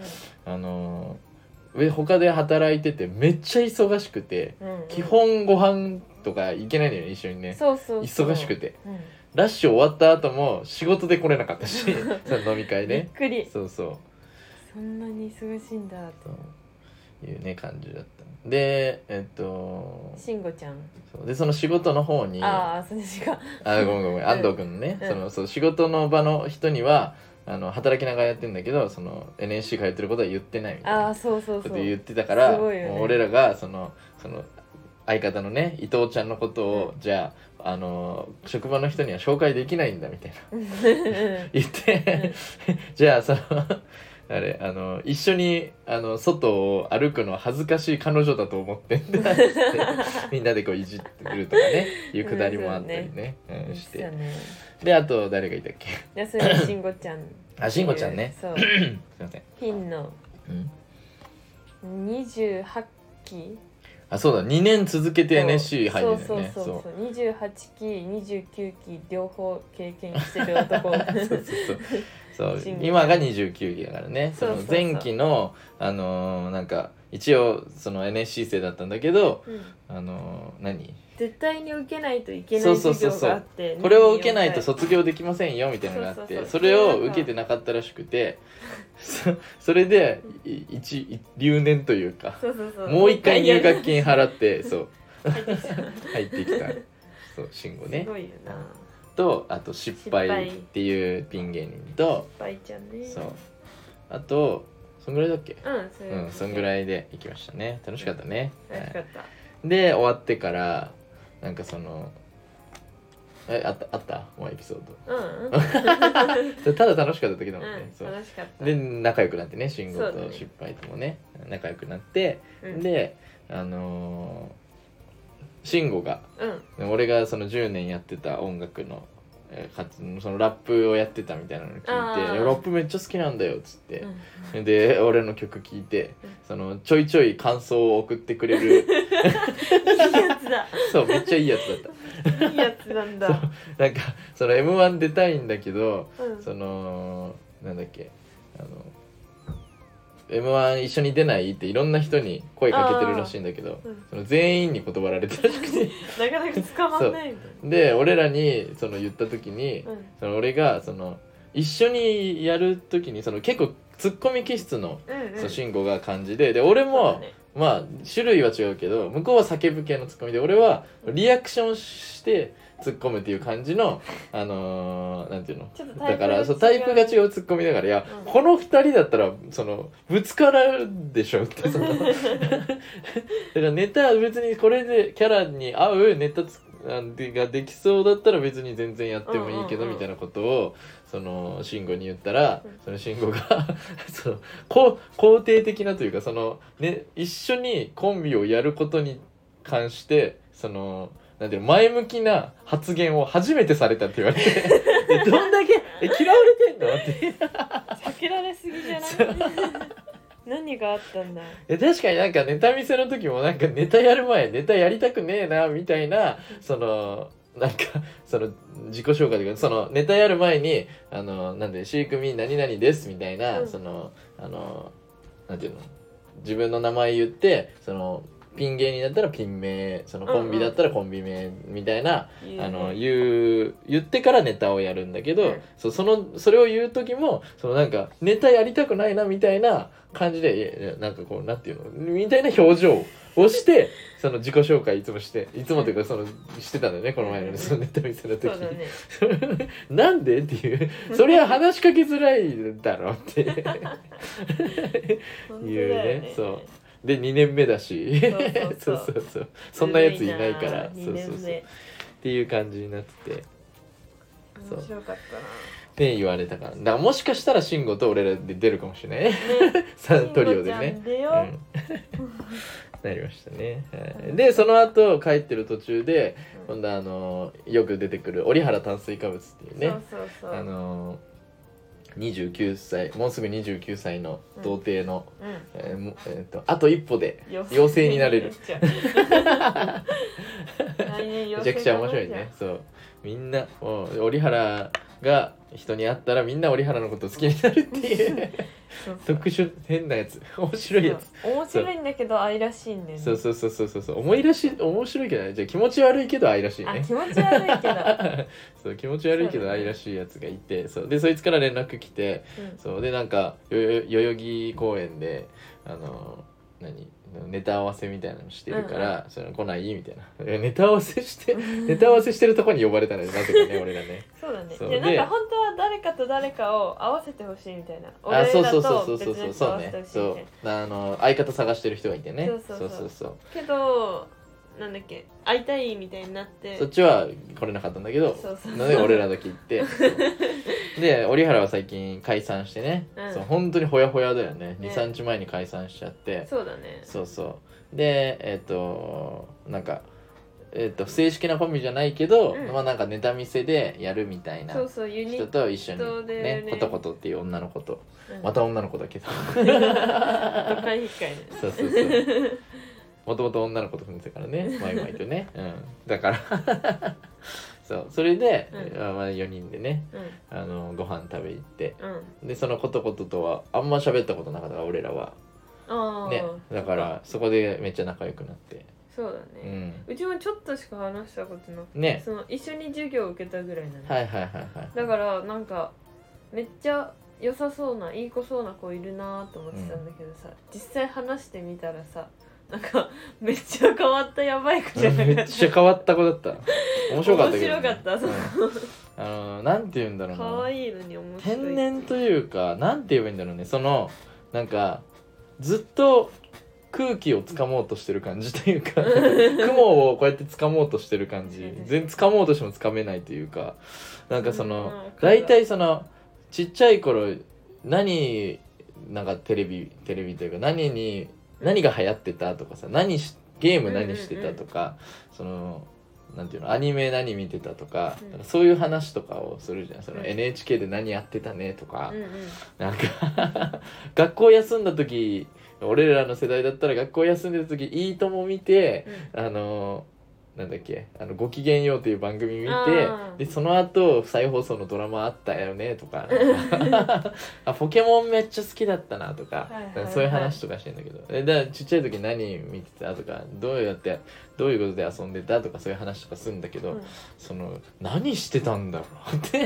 他で働いててめっちゃ忙しくて、基本ご飯とか行けないのよね、一緒にね。忙しくて、ラッシュ終わった後も仕事で来れなかったしその飲み会ね。 びっくり。 そうそんなに忙しいんだっていうね感じだった。で慎吾ちゃんそうでその仕事の方にそれ違うごめん安藤君のね、そう仕事の場の人には働きながらやってるんだけど、その NSC 通ってることは言ってないみたいなこと言ってたから、もう俺らがその相方のね伊藤ちゃんのことを、じゃあ職場の人には紹介できないんだみたいな言ってじゃあ一緒に外を歩くのは恥ずかしい彼女だと思ってんだってみんなでこういじってくるとかねいうくだりもあったりね、してであと誰がいたっけ。 それ慎吾ちゃん慎吾ちゃんね。 そうすいません。 ピンの28期あ、そうだ、2年続けて NSC 入るんだよね。 そう28期29期両方経験してる男そう今が29期だからね。その前期のなんか一応その NSC 生だったんだけど、何絶対に受けないといけない授業があって、 これを受けないと卒業できませんよみたいなのがあって、それを受けてなかったらしくて、それで留年というか、もう一回入学金払ってそう入ってきたそう慎吾ね。 すごいよな。 とあと失敗っていうピン芸人と、 失敗ちゃんね。 そうあとそんぐらいだっけ？そんぐらいで行きましたね。楽しかったね。 楽しかった。 で終わってからなんかそのあったもうエピソード。ただ楽しかった時だもんね。 楽しかった。 で仲良くなってね、慎吾と失敗ともね仲良くなって、で慎吾が、俺がその10年やってた音楽のそのラップをやってたみたいなのを聞いて「ラップめっちゃ好きなんだよ」っつって、で俺の曲聴いてそのちょいちょい感想を送ってくれるいいやつだ。 そうめっちゃいいやつだった。 いいやつなんだ。 なんかその M1 出たいんだけど、そのなんだっけM1 一緒に出ないっていろんな人に声かけてるらしいんだけど、その全員に断られたらしくてなかなか捕まんないので、俺らにその言った時に、その俺がその一緒にやる時にその結構ツッコミ気質の慎吾が感じで俺もまあ種類は違うけど、向こうは叫ぶ系のツッコミで俺はリアクションして突っ込むっていう感じのなんていうのだからタイプが違うツッコミだから、いや、この2人だったらそのぶつからるでしょってそのだからネタ別にこれでキャラに合うネタができそうだったら別に全然やってもいいけどみたいなことをその慎吾に言ったら、その慎吾がその肯定的なというか、そのね一緒にコンビをやることに関してそのなんていうの前向きな発言を初めてされたって言われてどんだけ嫌われてんのって避けられすぎじゃない何があったんだ。 確かになんかネタ見せの時もなんかネタやる前ネタやりたくねえなみたいな、そのなんかその自己紹介というか、そのネタやる前になんでシークミ何々ですみたいな、そのなんていうの自分の名前言ってそのピン芸人だったらピン名、そのコンビだったらコンビ名みたいな、言ってからネタをやるんだけど、それを言う時もそのなんかネタやりたくないなみたいな感じでなんかこうなんていうのみたいな表情をしてその自己紹介いつもというかそのしてたんだよね、この前のそのネタ見せの時に。そうだねなんでっていうそれは話しかけづらいだろっていうね。そうで2年目だしそうそんなやついないからそうっていう感じになってて、 面白かったなって言われたから、だからもしかしたら慎吾と俺らで出るかもしれないねトリオでねなりましたね、でその後帰ってる途中で今度よく出てくる折原炭水化物っていうね、29歳もうすぐ29歳の童貞の、あと一歩で妖精になれるめちゃくちゃ面白いね。そうみんなもう折原が人に会ったらみんな折原のこと好きになるっていう特殊変なやつ、面白いやつ、 面白いんだけど愛らしいんだよね。 そう面白いけどね、じゃあ気持ち悪いけど愛らしいね。 気持ち悪いけどそう気持ち悪いけど愛らしいやつがいて、そうでそいつから連絡来て、そうでなんか代々木公園でネタ合わせみたいなのしてるから、それ来ないみたいなネタ合わせしてるとこに呼ばれたのよ、なぜかね俺らね。 そうだね。いやなんか本当は誰かと誰かを合わせてほしいみたいな。俺らと別の人合わせてほしいみたいな。 相方探してる人がいてね。 そうけどなんだっけ会いたいみたいになってそっちは来れなかったんだけど、なので俺らだけ行ってで折原は最近解散してね、そう本当にほやほやだよね。2,3 日前に解散しちゃって、 そうだね。 そうでなんか正式なコンビじゃないけど、まあなんかネタ見せでやるみたいな人と一緒にね、コトコトっていう女の子と、また女の子だけど都会控えね。 そうもともと女の子と踏んでたからねマイマイとね、うん、だからそうそれで、まあ、4人でね、ご飯食べ行って、でそのことこととはあんま喋ったことなかったから俺らはね、だからそこでめっちゃ仲良くなって。 そうだね、うちもちょっとしか話したことなくて、 ね、 その一緒に授業を受けたぐらいなんで、 はいはいはいはい、 だからなんかめっちゃ良さそうないい子そうな子いるなと思ってたんだけどさ、実際話してみたらさ、なんかめっちゃ変わったやばい子じゃなかった。 めっちゃ変わった子だった。面白かったけど、ね、 面白かった。そう、 なんて言うんだろうな。 可愛いのに面白い。 天然というか、なんて言えばいいんだろうね。そのなんかずっと空気をつかもうとしてる感じというか雲をこうやってつかもうとしてる感じ、全然つかもうとしてもつかめないというか、なんかその大体そのちっちゃい頃なんかテレビというか何が流行ってたとかさ、ゲーム何してたとか、そのなんていうの、アニメ何見てたとか、そういう話とかをするじゃん。その NHK で何やってたねとか、なんか学校休んだ時、俺らの世代だったら学校休んでた時いいとも見て、なんだっけ、ごきげんようという番組見て、でその後再放送のドラマあったよねとかあ、ポケモンめっちゃ好きだったなとか、そういう話とかしてんだけど、だからちっちゃい時何見てたとか、どういうことで遊んでたとか、そういう話とかするんだけど、その何してたんだろうって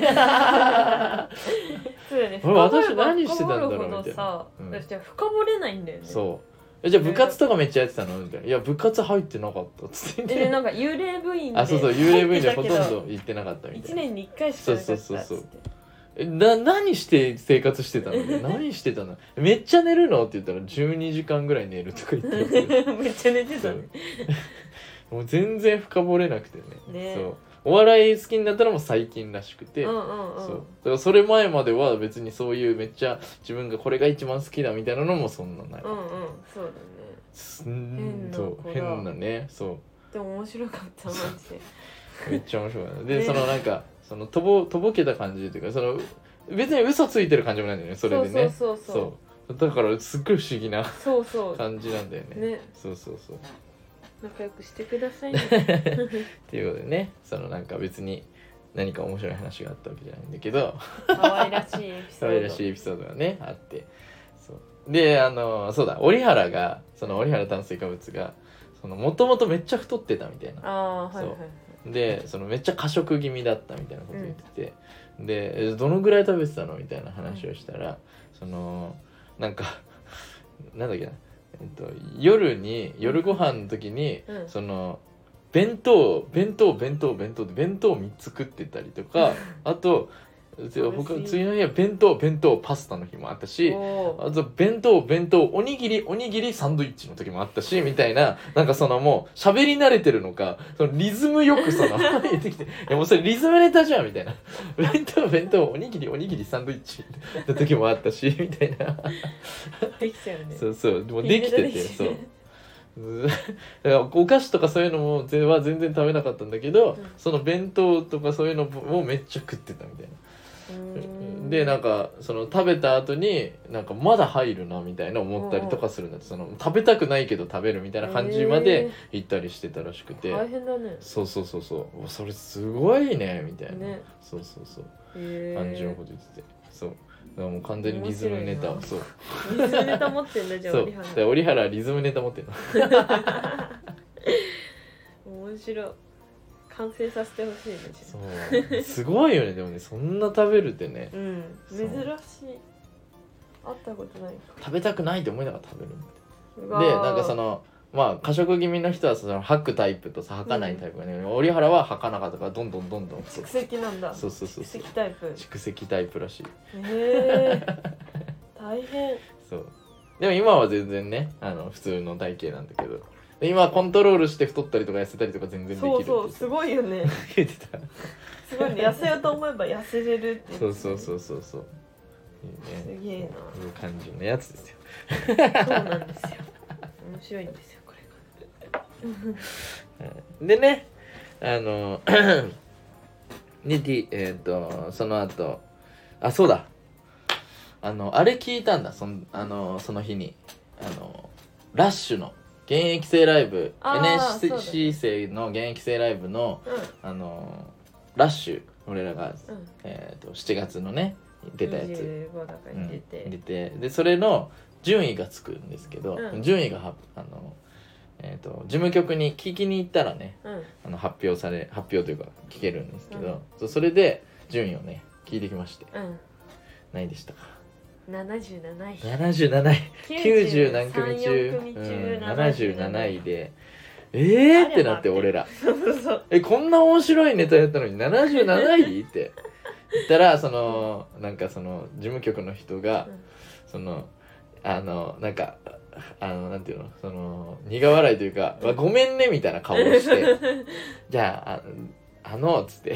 そうよね、 私何してたんだろうみたいな、 私は深掘れないんだよね。 そうじゃあ部活とかめっちゃやってたのみたいな。いや部活入ってなかったっつって、 なんか幽霊部員で、 あ、そうそう、幽霊部員でほとんど行ってなかったみたいな。 1年に1回しかなかったっつって。 そう何して生活してたの何してたのめっちゃ寝るのって言ったら12時間ぐらい寝るとか言ってめっちゃ寝てたねもう全然深掘れなくて ね、そうお笑い好きになったのも最近らしくて、そうだからそれ前までは別にそういうめっちゃ自分がこれが一番好きだみたいなのもそんなない。 そうだね。 変なね。そうでも面白かったマジでめっちゃ面白かったで、そのなんかそのとぼけた感じというか、その別に嘘ついてる感じもないんだよね、それでね。そうだからすっごい不思議な感じなんだよね。そう仲良くしてくださいねっていうことでね、そのなんか別に何か面白い話があったわけじゃないんだけど、 可愛らしいエピソードがねあって、そうでそうだ、折原炭水化物がもともとめっちゃ太ってたみたいな。でそのめっちゃ過食気味だったみたいなこと言ってて、でどのぐらい食べてたのみたいな話をしたら、なんかなんだっけな、夜ご飯の時に、その弁当で弁当3つ食ってたりとかあと次の日は弁当パスタの日もあったし、あと弁当おにぎりサンドイッチの時もあったしみたいな、なんかもう喋り慣れてるのか、そのリズムよく言ってきて、いやもうそれリズムネタじゃんみたいな、弁当おにぎりサンドイッチの時もあったしみたいなできちゃうね。 そうもうできてて、そうだからお菓子とかそういうのも全然食べなかったんだけど、その弁当とかそういうのもめっちゃ食ってたみたいな。でなんか食べた後になんかまだ入るなみたいな思ったりとかするんだって、食べたくないけど食べるみたいな感じまで行ったりしてたらしくて、 大変だね。 そうそれすごいねみたいな、そう感じのこと言ってて、そうだからもう完全にリズムネタを、そうリズムネタ持ってんだじゃあ。 折原はリズムネタ持ってんの面白い、完成させてほしいね。 そうすごいよね。でもね、そんな食べるってね、 珍しい、会ったことないか。 食べたくないって思いながら食べるんだって。でなんかまあ過食気味の人は吐くタイプと吐かないタイプがね、折原は吐かなかったからどんどん積なんだ。 そう蓄積タイプ。 蓄積タイプらしい。 大変。 そうでも今は全然ね普通の体型なんだけど、今コントロールして太ったりとか痩せたりとか全然できるって。 そうすごいよね言ってた。 すごいね、痩せようと思えば痩せれるって。 そういいね、 すげえな、 いう感じのやつですよ。 そうなんですよ、面白いんですよこれがでねその後そうだ、あれ聞いたんだ、その日にラッシュの現役生ライブあー NSC 生の現役生ライブの、ラッシュ俺らが、7月のね出たやつ 25だから出て、 出てでそれの順位がつくんですけど、順位が事務局に聞きに行ったらね、発表というか聞けるんですけど、それで順位をね聞いてきまして、何位でしたか 77位 77位90何組中77位でってなって俺らこんな面白いネタやったのに77位って言ったらなんかその事務局の人が、なんかなんていうの苦笑いというかごめんねみたいな顔をしてじゃあっつって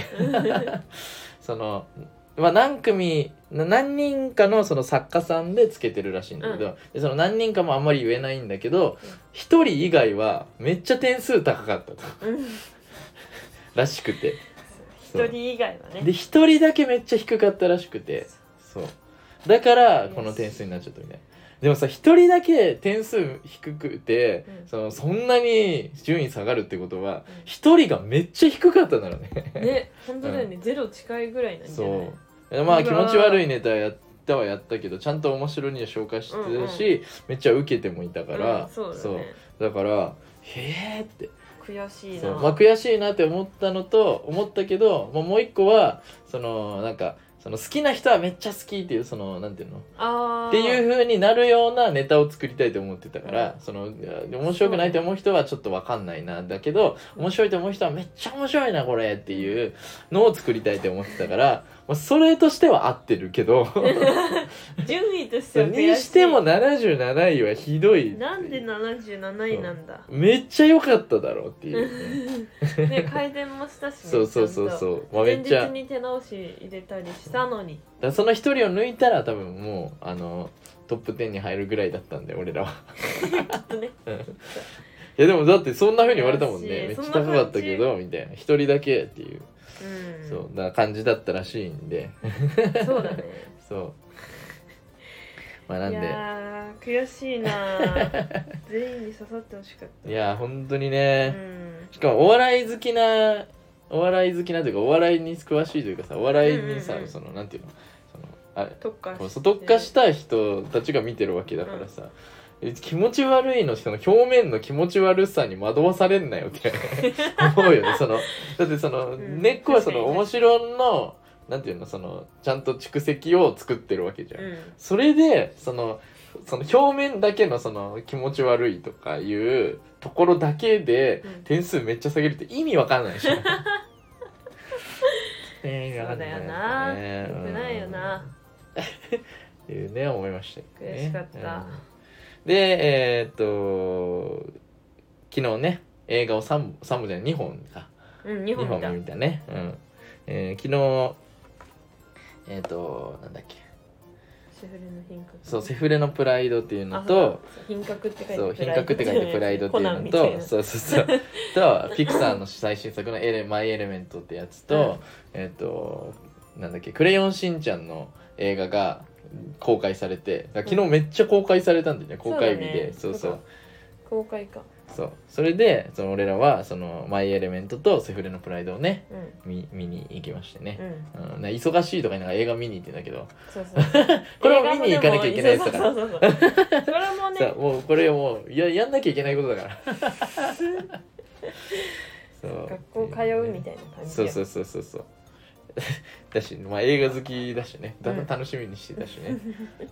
何人かのその作家さんでつけてるらしいんだけど、でその何人かもあんまり言えないんだけど一人以外はめっちゃ点数高かったとらしくて、 一人以外はねで一人だけめっちゃ低かったらしくて、そうだからこの点数になっちゃったみたいな。でもさ一人だけ点数低くて、そんなに順位下がるってことは一人がめっちゃ低かったんだろうね。 ね本当だよね、ゼロ近いぐらいなんじゃない。 そうまあ気持ち悪いネタやったけどちゃんと面白いには紹介してたし、めっちゃ受けてもいたから、そうだからへーって悔しいな。 そう、悔しいなって思ったけど、もう一個はなんか好きな人はめっちゃ好きっていうなんていうのっていう風になるようなネタを作りたいと思ってたから、面白くないと思う人はちょっと分かんないなだけど面白いと思う人はめっちゃ面白いなこれっていうのを作りたいと思ってたから、それとしては合ってるけど順位としては悔しいにしても77位はひどい。 なんで77位なんだ。 めっちゃ良かっただろうっていうね改善もしたしね。 そう前日に手直し入れたりしたのに、 その一人を抜いたら多分もうトップ10に入るぐらいだったんで俺らはね、いやでもだってそんな風に言われたもんね。めっちゃ高かったけどみたいな、一人だけっていう、そうな感じだったらしいんでそうだねそうまあなんで、いや悔しいな全員に刺さってほしかった。 いや本当にね、しかもお笑い好きなというかお笑いに詳しいというかさ、お笑いにさ、なんていうの特化した人たちが見てるわけだからさ、気持ち悪いの表面の気持ち悪さに惑わされんなよって思うよね。だって根っこは面白のなんていうのちゃんと蓄積を作ってるわけじゃん、それで表面だけの気持ち悪いとかいうところだけで点数めっちゃ下げるって意味わかんないでしょそうだよな、よくないよなっていうね思いましたけどね。 悔しかった、 で昨日ね映画を3本じゃない2本か、 2本見たね、昨日なんだっけセフレの品格、 そうセフレのプライドっていうのと品格って書いてそう品格って書いてプライドっていうのとそうとピクサーの最新作のマイ・エレメントってやつと、なんだっけクレヨンしんちゃんの映画が公開されて、昨日めっちゃ公開されたんだよね、公開日で。そう公開か。 それで俺らはマイ・エレメントとセフレのプライドをね、見に行きましてね、忙しいとか言いながら映画見に行ってんだけどこれを見に行かなきゃいけないやつだからそれもねもうこれもうやんなきゃいけないことだから学校通うみたいな感じ。 そうだし、映画好きだしね、だんだん楽しみにしてたしね、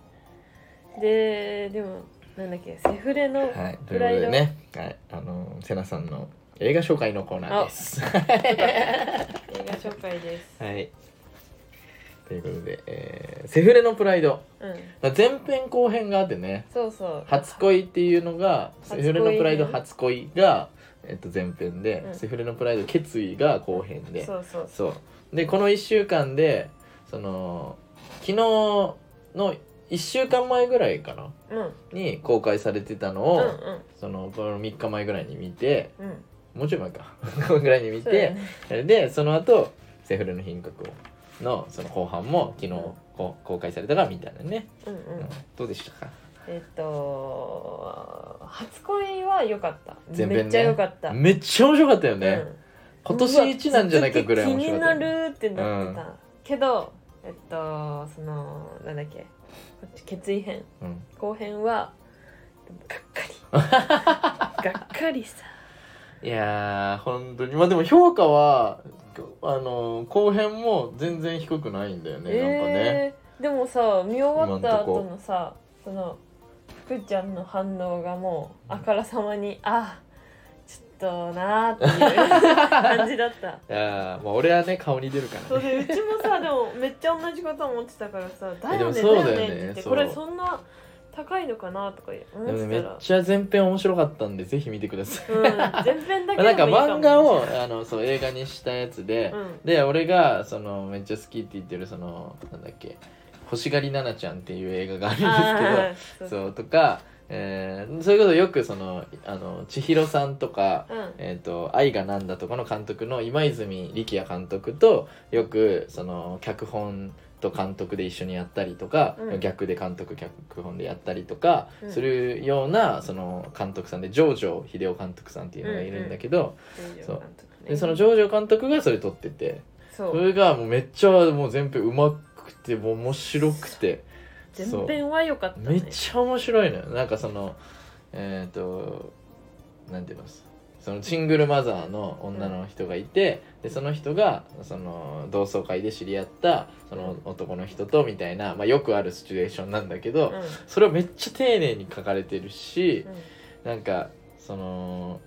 でもなんだっけセフレのプライド、 ね、セナさんの映画紹介のコーナーです。映画紹介です。 はい。ということで、セフレのプライド、前編後編があってね、初恋っていうのがセフレのプライド初恋が前編で、セフレのプライド決意が後編で、でこの1週間で昨日の1週間前ぐらいかな、に公開されてたのを、この3日前ぐらいに見て、もうちょい前かぐらいに見て、でその後セフレの品格の後半も昨日公開されたからみたいなね、どうでしたか？ 初恋は良かった。 前編ねめっちゃ良かった。 めっちゃ面白かったよね、 うん、 今年一なんじゃないかぐらい面気に白かった、 なるってなってた、けどそのなんだっけ、こっち決意編、後編はがっかりがっかりさ。 いやー本当にまあでも評価は後編も全然低くないんだよね、なんかね。 でもさ見終わった後のさその福ちゃんの反応がもうあからさまにちょっとなーっていう感じだった。 いやまあ俺はね顔に出るからね。 そうでうちもさでもめっちゃ同じこと思ってたからさだよねでもそうだよねだよねって言ってこれそんな高いのかなとか思ってたら、 でもめっちゃ前編面白かったんでぜひ見てください、 前編だけでもいいかも。 なんか漫画をそう映画にしたやつで、で俺がそのめっちゃ好きって言ってるそのなんだっけ星狩り奈々ちゃんっていう映画があるんですけどそうとか、そういうことよくその千尋さんとか、愛がなんだとかの監督の今泉力也監督とよくその脚本と監督で一緒にやったりとか、逆で監督脚本でやったりとかするようなその監督さんで城城秀夫監督さんっていうのがいるんだけど、そうでその城城監督がそれ撮ってて、それがもうめっちゃもう全編うまくてもう面白くて前編は良かったね。 めっちゃ面白いのよ。なんかそのなんて言いますそのシングルマザーの女の人がいて、でその人がその同窓会で知り合ったその男の人とみたいな、まあ、よくあるシチュエーションなんだけど、それをめっちゃ丁寧に書かれてるし、なんかその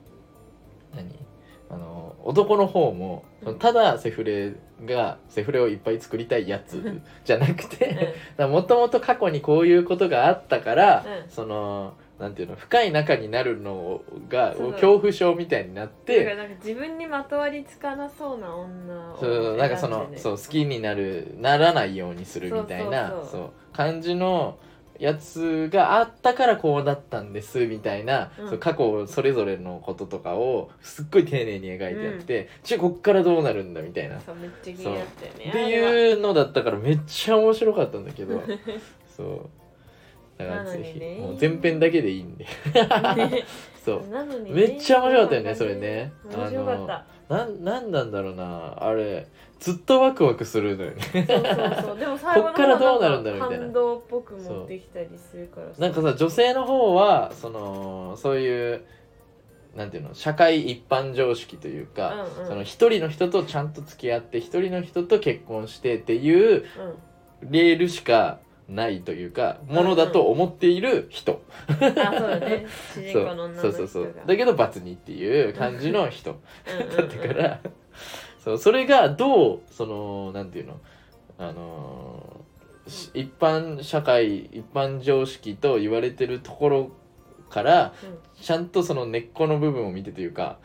男の方もただセフレをいっぱい作りたいやつじゃなくてもともと過去にこういうことがあったから、そのなんていうの深い仲になるのが恐怖症みたいになって、 だからなんか自分にまとわりつかなそうな女をそうなんかそのそう好きにならないようにするみたいなそう感じのやつがあったからこうだったんですみたいな、そう過去それぞれのこととかをすっごい丁寧に描いてやって、こっからどうなるんだみたいな、 そうめっちゃ気になったよねっていうのだったからめっちゃ面白かったんだけどそうだからぜひ、もう前編だけでいいんでそうなのに、 めっちゃ面白かったよねそれね。 面白かった。 なんなんだろうなあれずっとワクワクするのよねそうでも最後のこっからどうなるんだろうみたいな感動っぽく持ってきたりするからさ、 なんかさ女性の方はそういうなんていうの社会一般常識というか、その一人の人とちゃんと付き合って一人の人と結婚してっていうレールしかないというかものだと思っている人そうだね主人公の女の人がそうだけどバツ2っていう感じの人だったからそれがどうなんていうの一般社会一般常識と言われてるところからちゃんとその根っこの部分を見てというか、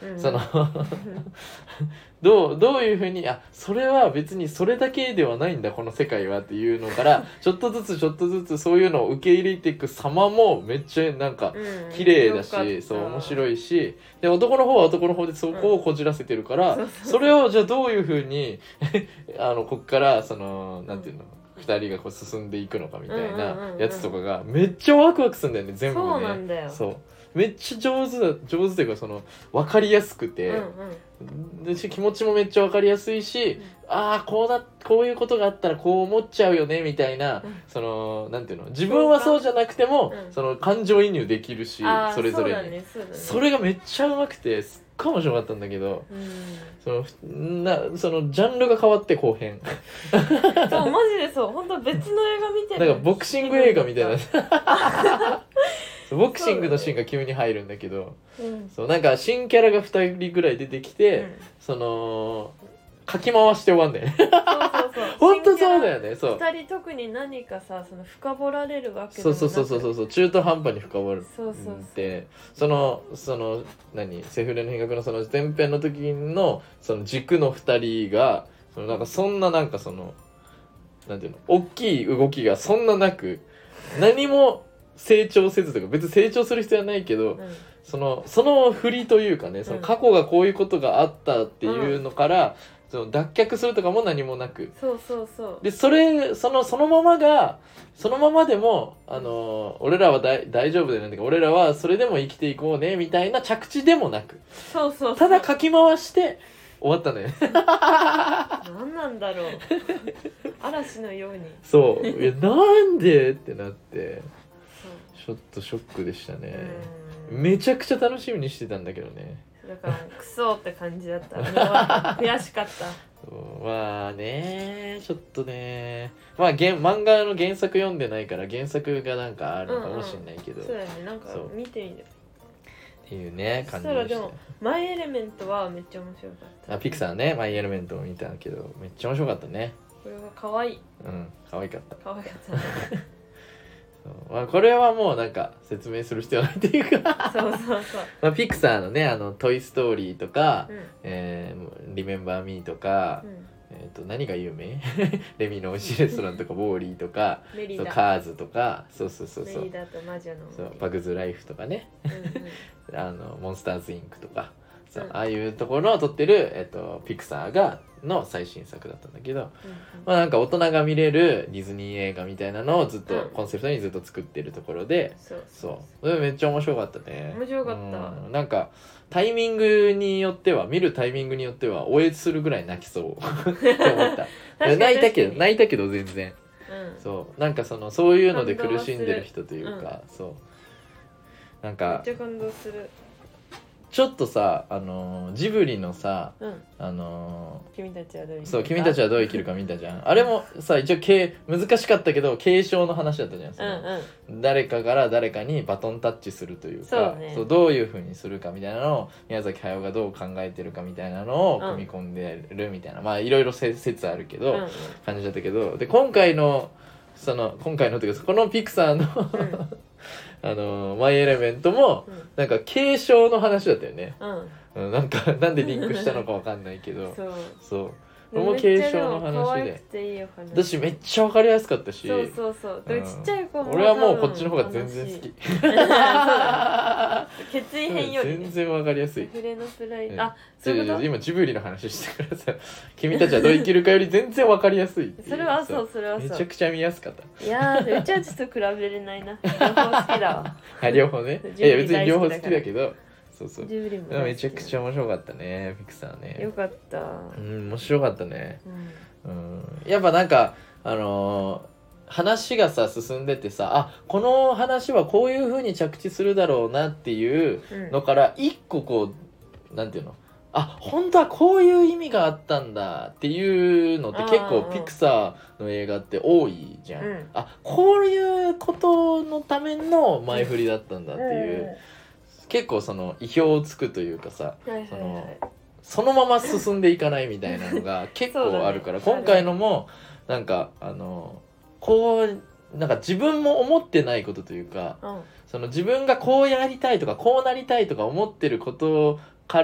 どういうふうにそれは別にそれだけではないんだこの世界はっていうのからちょっとずつそういうのを受け入れていく様もめっちゃなんか綺麗だし、そう面白いし、で男の方は男の方でそこをこじらせてるから、それをじゃあどういうふうにこっからなんていうの2人がこう進んでいくのかみたいなやつとかがめっちゃワクワクするんだよね全部ね。 そうなんだよ。 そうめっちゃ上手というか分かりやすくて、で気持ちもめっちゃ分かりやすいし、こういうことがあったらこう思っちゃうよねみたいな、なんていうの自分はそうじゃなくても、感情移入できるしそれぞれに、それがめっちゃうまくてすっごい面白かったんだけど、そのジャンルが変わって後編そうマジでそう本当別の映画見てるなんかボクシング映画みたいなボクシングのシーンが急に入るんだけど、そうなんか新キャラが2人ぐらい出てきて、かき回して終わんだよね本当そうだよね。そう 2人特に何かさ深掘られるわけでもなくそう中途半端に深掘るってセフレの品格の前編の時の軸の2人がなんかそんななんかなんていうの大きい動きがそんななく何も成長せずとか別に成長する必要はないけど、その振りというかね過去がこういうことがあったっていうのから、 その脱却するとかも何もなく、 そうそうそうでそのままがそのままでも俺らは大丈夫だよねとか、俺らはそれでも生きていこうねみたいな着地でもなく、 そうそうそう、 ただかき回して終わったね。 何なんだろう嵐のように。 そういやなんでってなって、ちょっとショックでしたね。めちゃくちゃ楽しみにしてたんだけどね。 だからクソって感じだった。悔しかった。 まあね、ちょっとね、まあ漫画の原作読んでないから原作がなんかあるのかもしれないけど、 そうだね、なんか見てみるっていうね感じでした。 でもマイエレメントはめっちゃ面白かった。 ピクサーね、マイエレメントを見たけどめっちゃ面白かったね。 これは可愛い。 可愛かった。 可愛かったね。 まあ、これはもうなんか説明する必要ないっていうかそうそうそう、 まあ、ピクサーのねトイ・ストーリーとか、リメンバー・ミーとか、何が有名レミの美味しいレストランとかウォーリーとかそうカーズとかそうメリダと魔女のそうバグズ・ライフとかね、モンスターズ・インクとかそうああいうところを撮ってる、ピクサーの最新作だったんだけど、まあなんか大人が見れるディズニー映画みたいなのをずっと、コンセプトにずっと作ってるところで、それめっちゃ面白かったね。 面白かった。 なんかタイミングによっては見るタイミングによっては応援するぐらい泣きそうって思った泣いたけど全然、そうなんかそういうので苦しんでる人というか、そうなんかめっちゃ感動する。 ちょっとさジブリのさ、 君たちはどう生きるか、 そう君たちはどう生きるか見たじゃん。あれもさ一応難しかったけど継承の話だったじゃん。誰かから誰かにバトンタッチするというか、そうどういう風にするかみたいなのを宮崎駿がどう考えてるかみたいなのを組み込んでるみたいな、まあいろいろ説あるけど、感じだったけど、で今回のというかこのピクサーのマイエレメントもなんか継承の話だったよね。なんでリンクしたのかわかんないけど、そうこれも継承の話で、私めっちゃわかりやすかったし、 そうちっちゃい子も俺はもうこっちの方が全然好き。 血液編より全然わかりやすい。 フレのプライド、 今ジブリの話してからさ、君たちはどう生きるかより全然わかりやすい。 それはそうめちゃくちゃ見やすかった。 いやー、うちはちょっと比べれないな。両方好きだわ。 両方ね。いや別に両方好きだけど、そうジブリもめちゃくちゃ面白かったね、ピクサーね。 よかった。 面白かったね。やっぱなんか話がさ進んでてさ、この話はこういう風に着地するだろうなっていうのから一個こうなんていうの、本当はこういう意味があったんだっていうのって結構ピクサーの映画って多いじゃん。こういうことのための前振りだったんだっていう、結構意表をつくというかさ、そのまま進んでいかないみたいなのが結構あるから、今回のもなんかこうなんか自分も思ってないことというか、自分がこうやりたいとかこうなりたいとか思ってることから、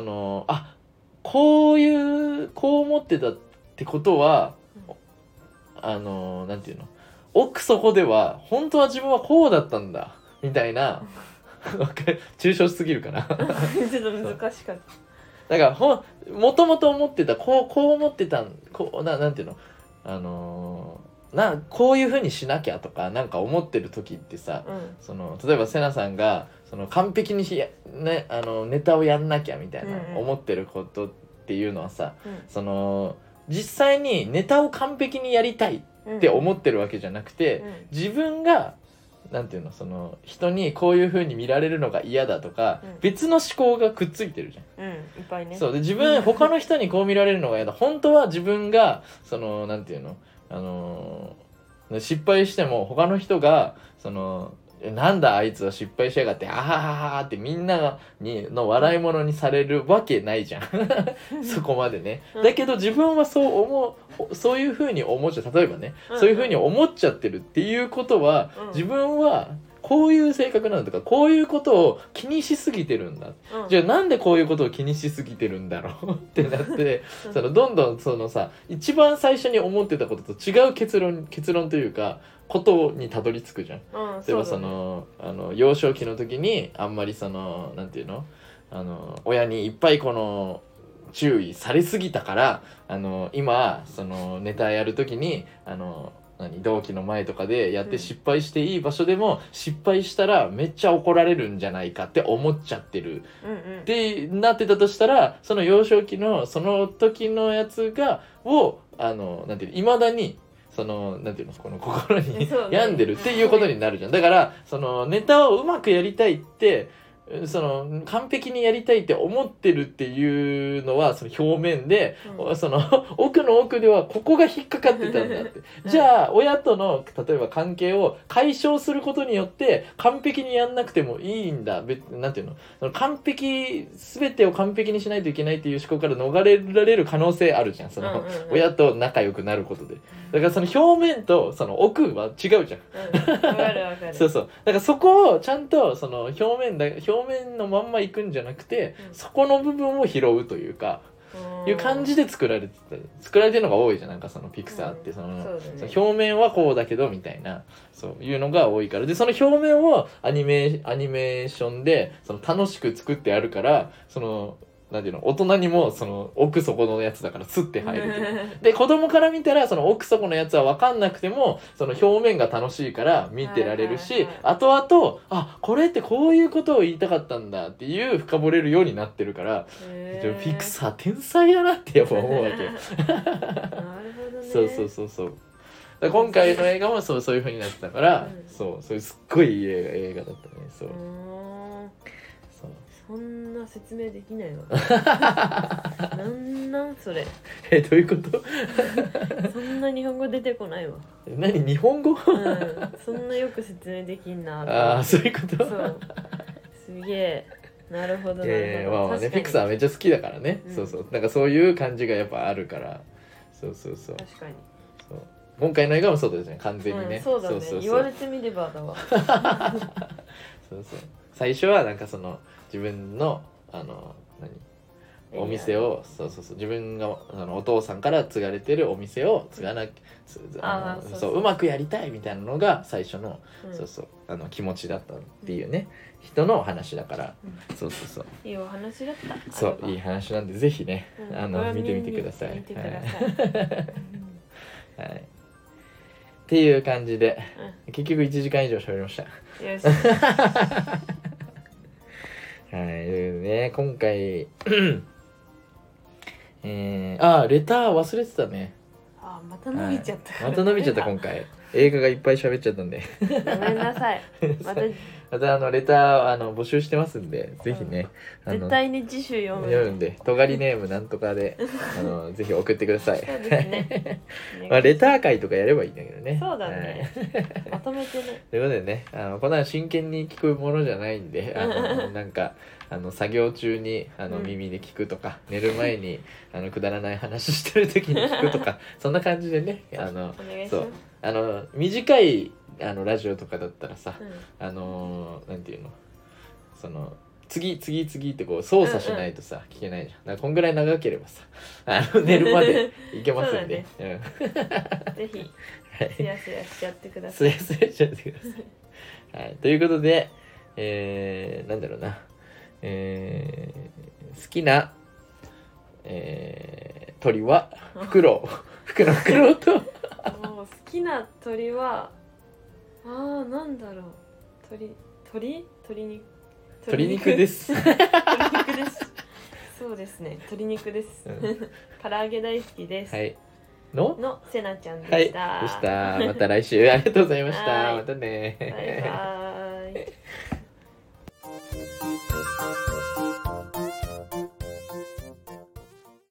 こう思ってたってことは、なんていうの、奥底では本当は自分はこうだったんだみたいな抽象しすぎるかなちょっと難しかった。 だからもともと思ってたこう思ってたなんていうの、こういう風にしなきゃとかなんか思ってる時ってさ、例えばセナさんが完璧にネタをやんなきゃみたいな思ってることっていうのはさ、実際にネタを完璧にやりたいって思ってるわけじゃなくて、自分がなんていうの、人にこういう風に見られるのが嫌だとか、別の思考がくっついてるじゃん。 いっぱいね。 そうで他の人にこう見られるのが嫌だ。本当は自分がなんていうの、失敗しても他の人がなんだあいつは失敗しやがってあはははってみんなの笑い物にされるわけないじゃんそこまでね。だけど自分はそういう風に思っちゃう。例えばね、そういう風に思っちゃってるっていうことは、自分はこういう性格なんだとかこういうことを気にしすぎてるんだ、じゃあなんでこういうことを気にしすぎてるんだろうってなってどんどんさ一番最初に思ってたことと違う結論というかことにたどり着くじゃん。例えば幼少期の時にあんまりなんていうの、親にいっぱい注意されすぎたから今そのネタやるときに同期の前とかでやって失敗していい場所でも、失敗したらめっちゃ怒られるんじゃないかって思っちゃってる、ってなってたとしたら、その幼少期のその時のやつなんていういまだになんていうのこの心に病んでるっていうことになるじゃん。だからそのネタをうまくやりたいって完璧にやりたいって思ってるっていうのはその表面で、その奥の奥ではここが引っかかってたんだってじゃあ親との例えば関係を解消することによって完璧にやんなくてもいいんだ、なんていうのその全てを完璧にしないといけないっていう思考から逃れられる可能性あるじゃん、親と仲良くなることで。だからその表面とその奥は違うじゃん。 わかるわかる。 そうだからそこをちゃんとその表面のまんま行くんじゃなくて、そこの部分を拾うというかいう感じで作られてるのが多いじゃん。なんかそのピクサーってその表面はこうだけどみたいなそういうのが多いから、でその表面をアニメーションで楽しく作ってあるから、なんていうの大人にもその奥底のやつだからスッて入るで子供から見たらその奥底のやつは分かんなくてもその表面が楽しいから見てられるし、後々これってこういうことを言いたかったんだっていう深掘れるようになってるから、ピクサー天才だなってやっぱ思うわけよ。 なるほどね。 そう今回の映画もそういう風になってたから、そういうすっごいいい映画だったね。 そんな説明できないわ。なんそれ。 どういうこと？ そんな日本語出てこないわ。 何日本語？ そんなよく説明できんな。 そういうこと？ そう。すげえ。なるほどなるほど。 まあねピクサーめっちゃ好きだからね。なんかそういう感じがやっぱあるから。確かに。今回の映画もそうだよね完全にね。 そうだね。言われてみればだわ。 最初はなんか自分のお店を自分がお父さんから継がれてるお店を継がなうまくやりたいみたいなのが最初の、気持ちだったっていうね、人の話だから、 いいお話だった。 いい話なんでぜひね、見てみてください。はい。っていう感じで、結局1時間以上喋りました。 よし。 はいね、今回レター忘れてたね。 また伸びちゃった。 また伸びちゃった今回。映画がいっぱい喋っちゃったんで。 ごめんなさい。またレター募集してますんで、ぜひね。 絶対に次週読むんで、とがりネームなんとかでぜひ送ってください。 そうですね。 レター会とかやればいいんだけどね。 そうだね。まとめてね。 ということでね、こんな真剣に聞くものじゃないんで、なんか作業中に耳で聞くとか、寝る前にくだらない話してる時に聞くとか、そんな感じでね、短いラジオとかだったらさ、なんていうの次ってこう操作しないとさ、聞けないじゃん。だからこんぐらい長ければさ寝るまでいけますんで、 ぜひすやすやしちゃってください。 すやすやしちゃってください。はい、ということでなんだろうな、好きな、鳥はフクロウと好きな鳥はなんだろう、鶏肉です。鶏肉です。そうですね、鶏肉です。唐揚げ大好きです。のせなちゃんでした。 また来週ありがとうございました。またね。 バイバイ。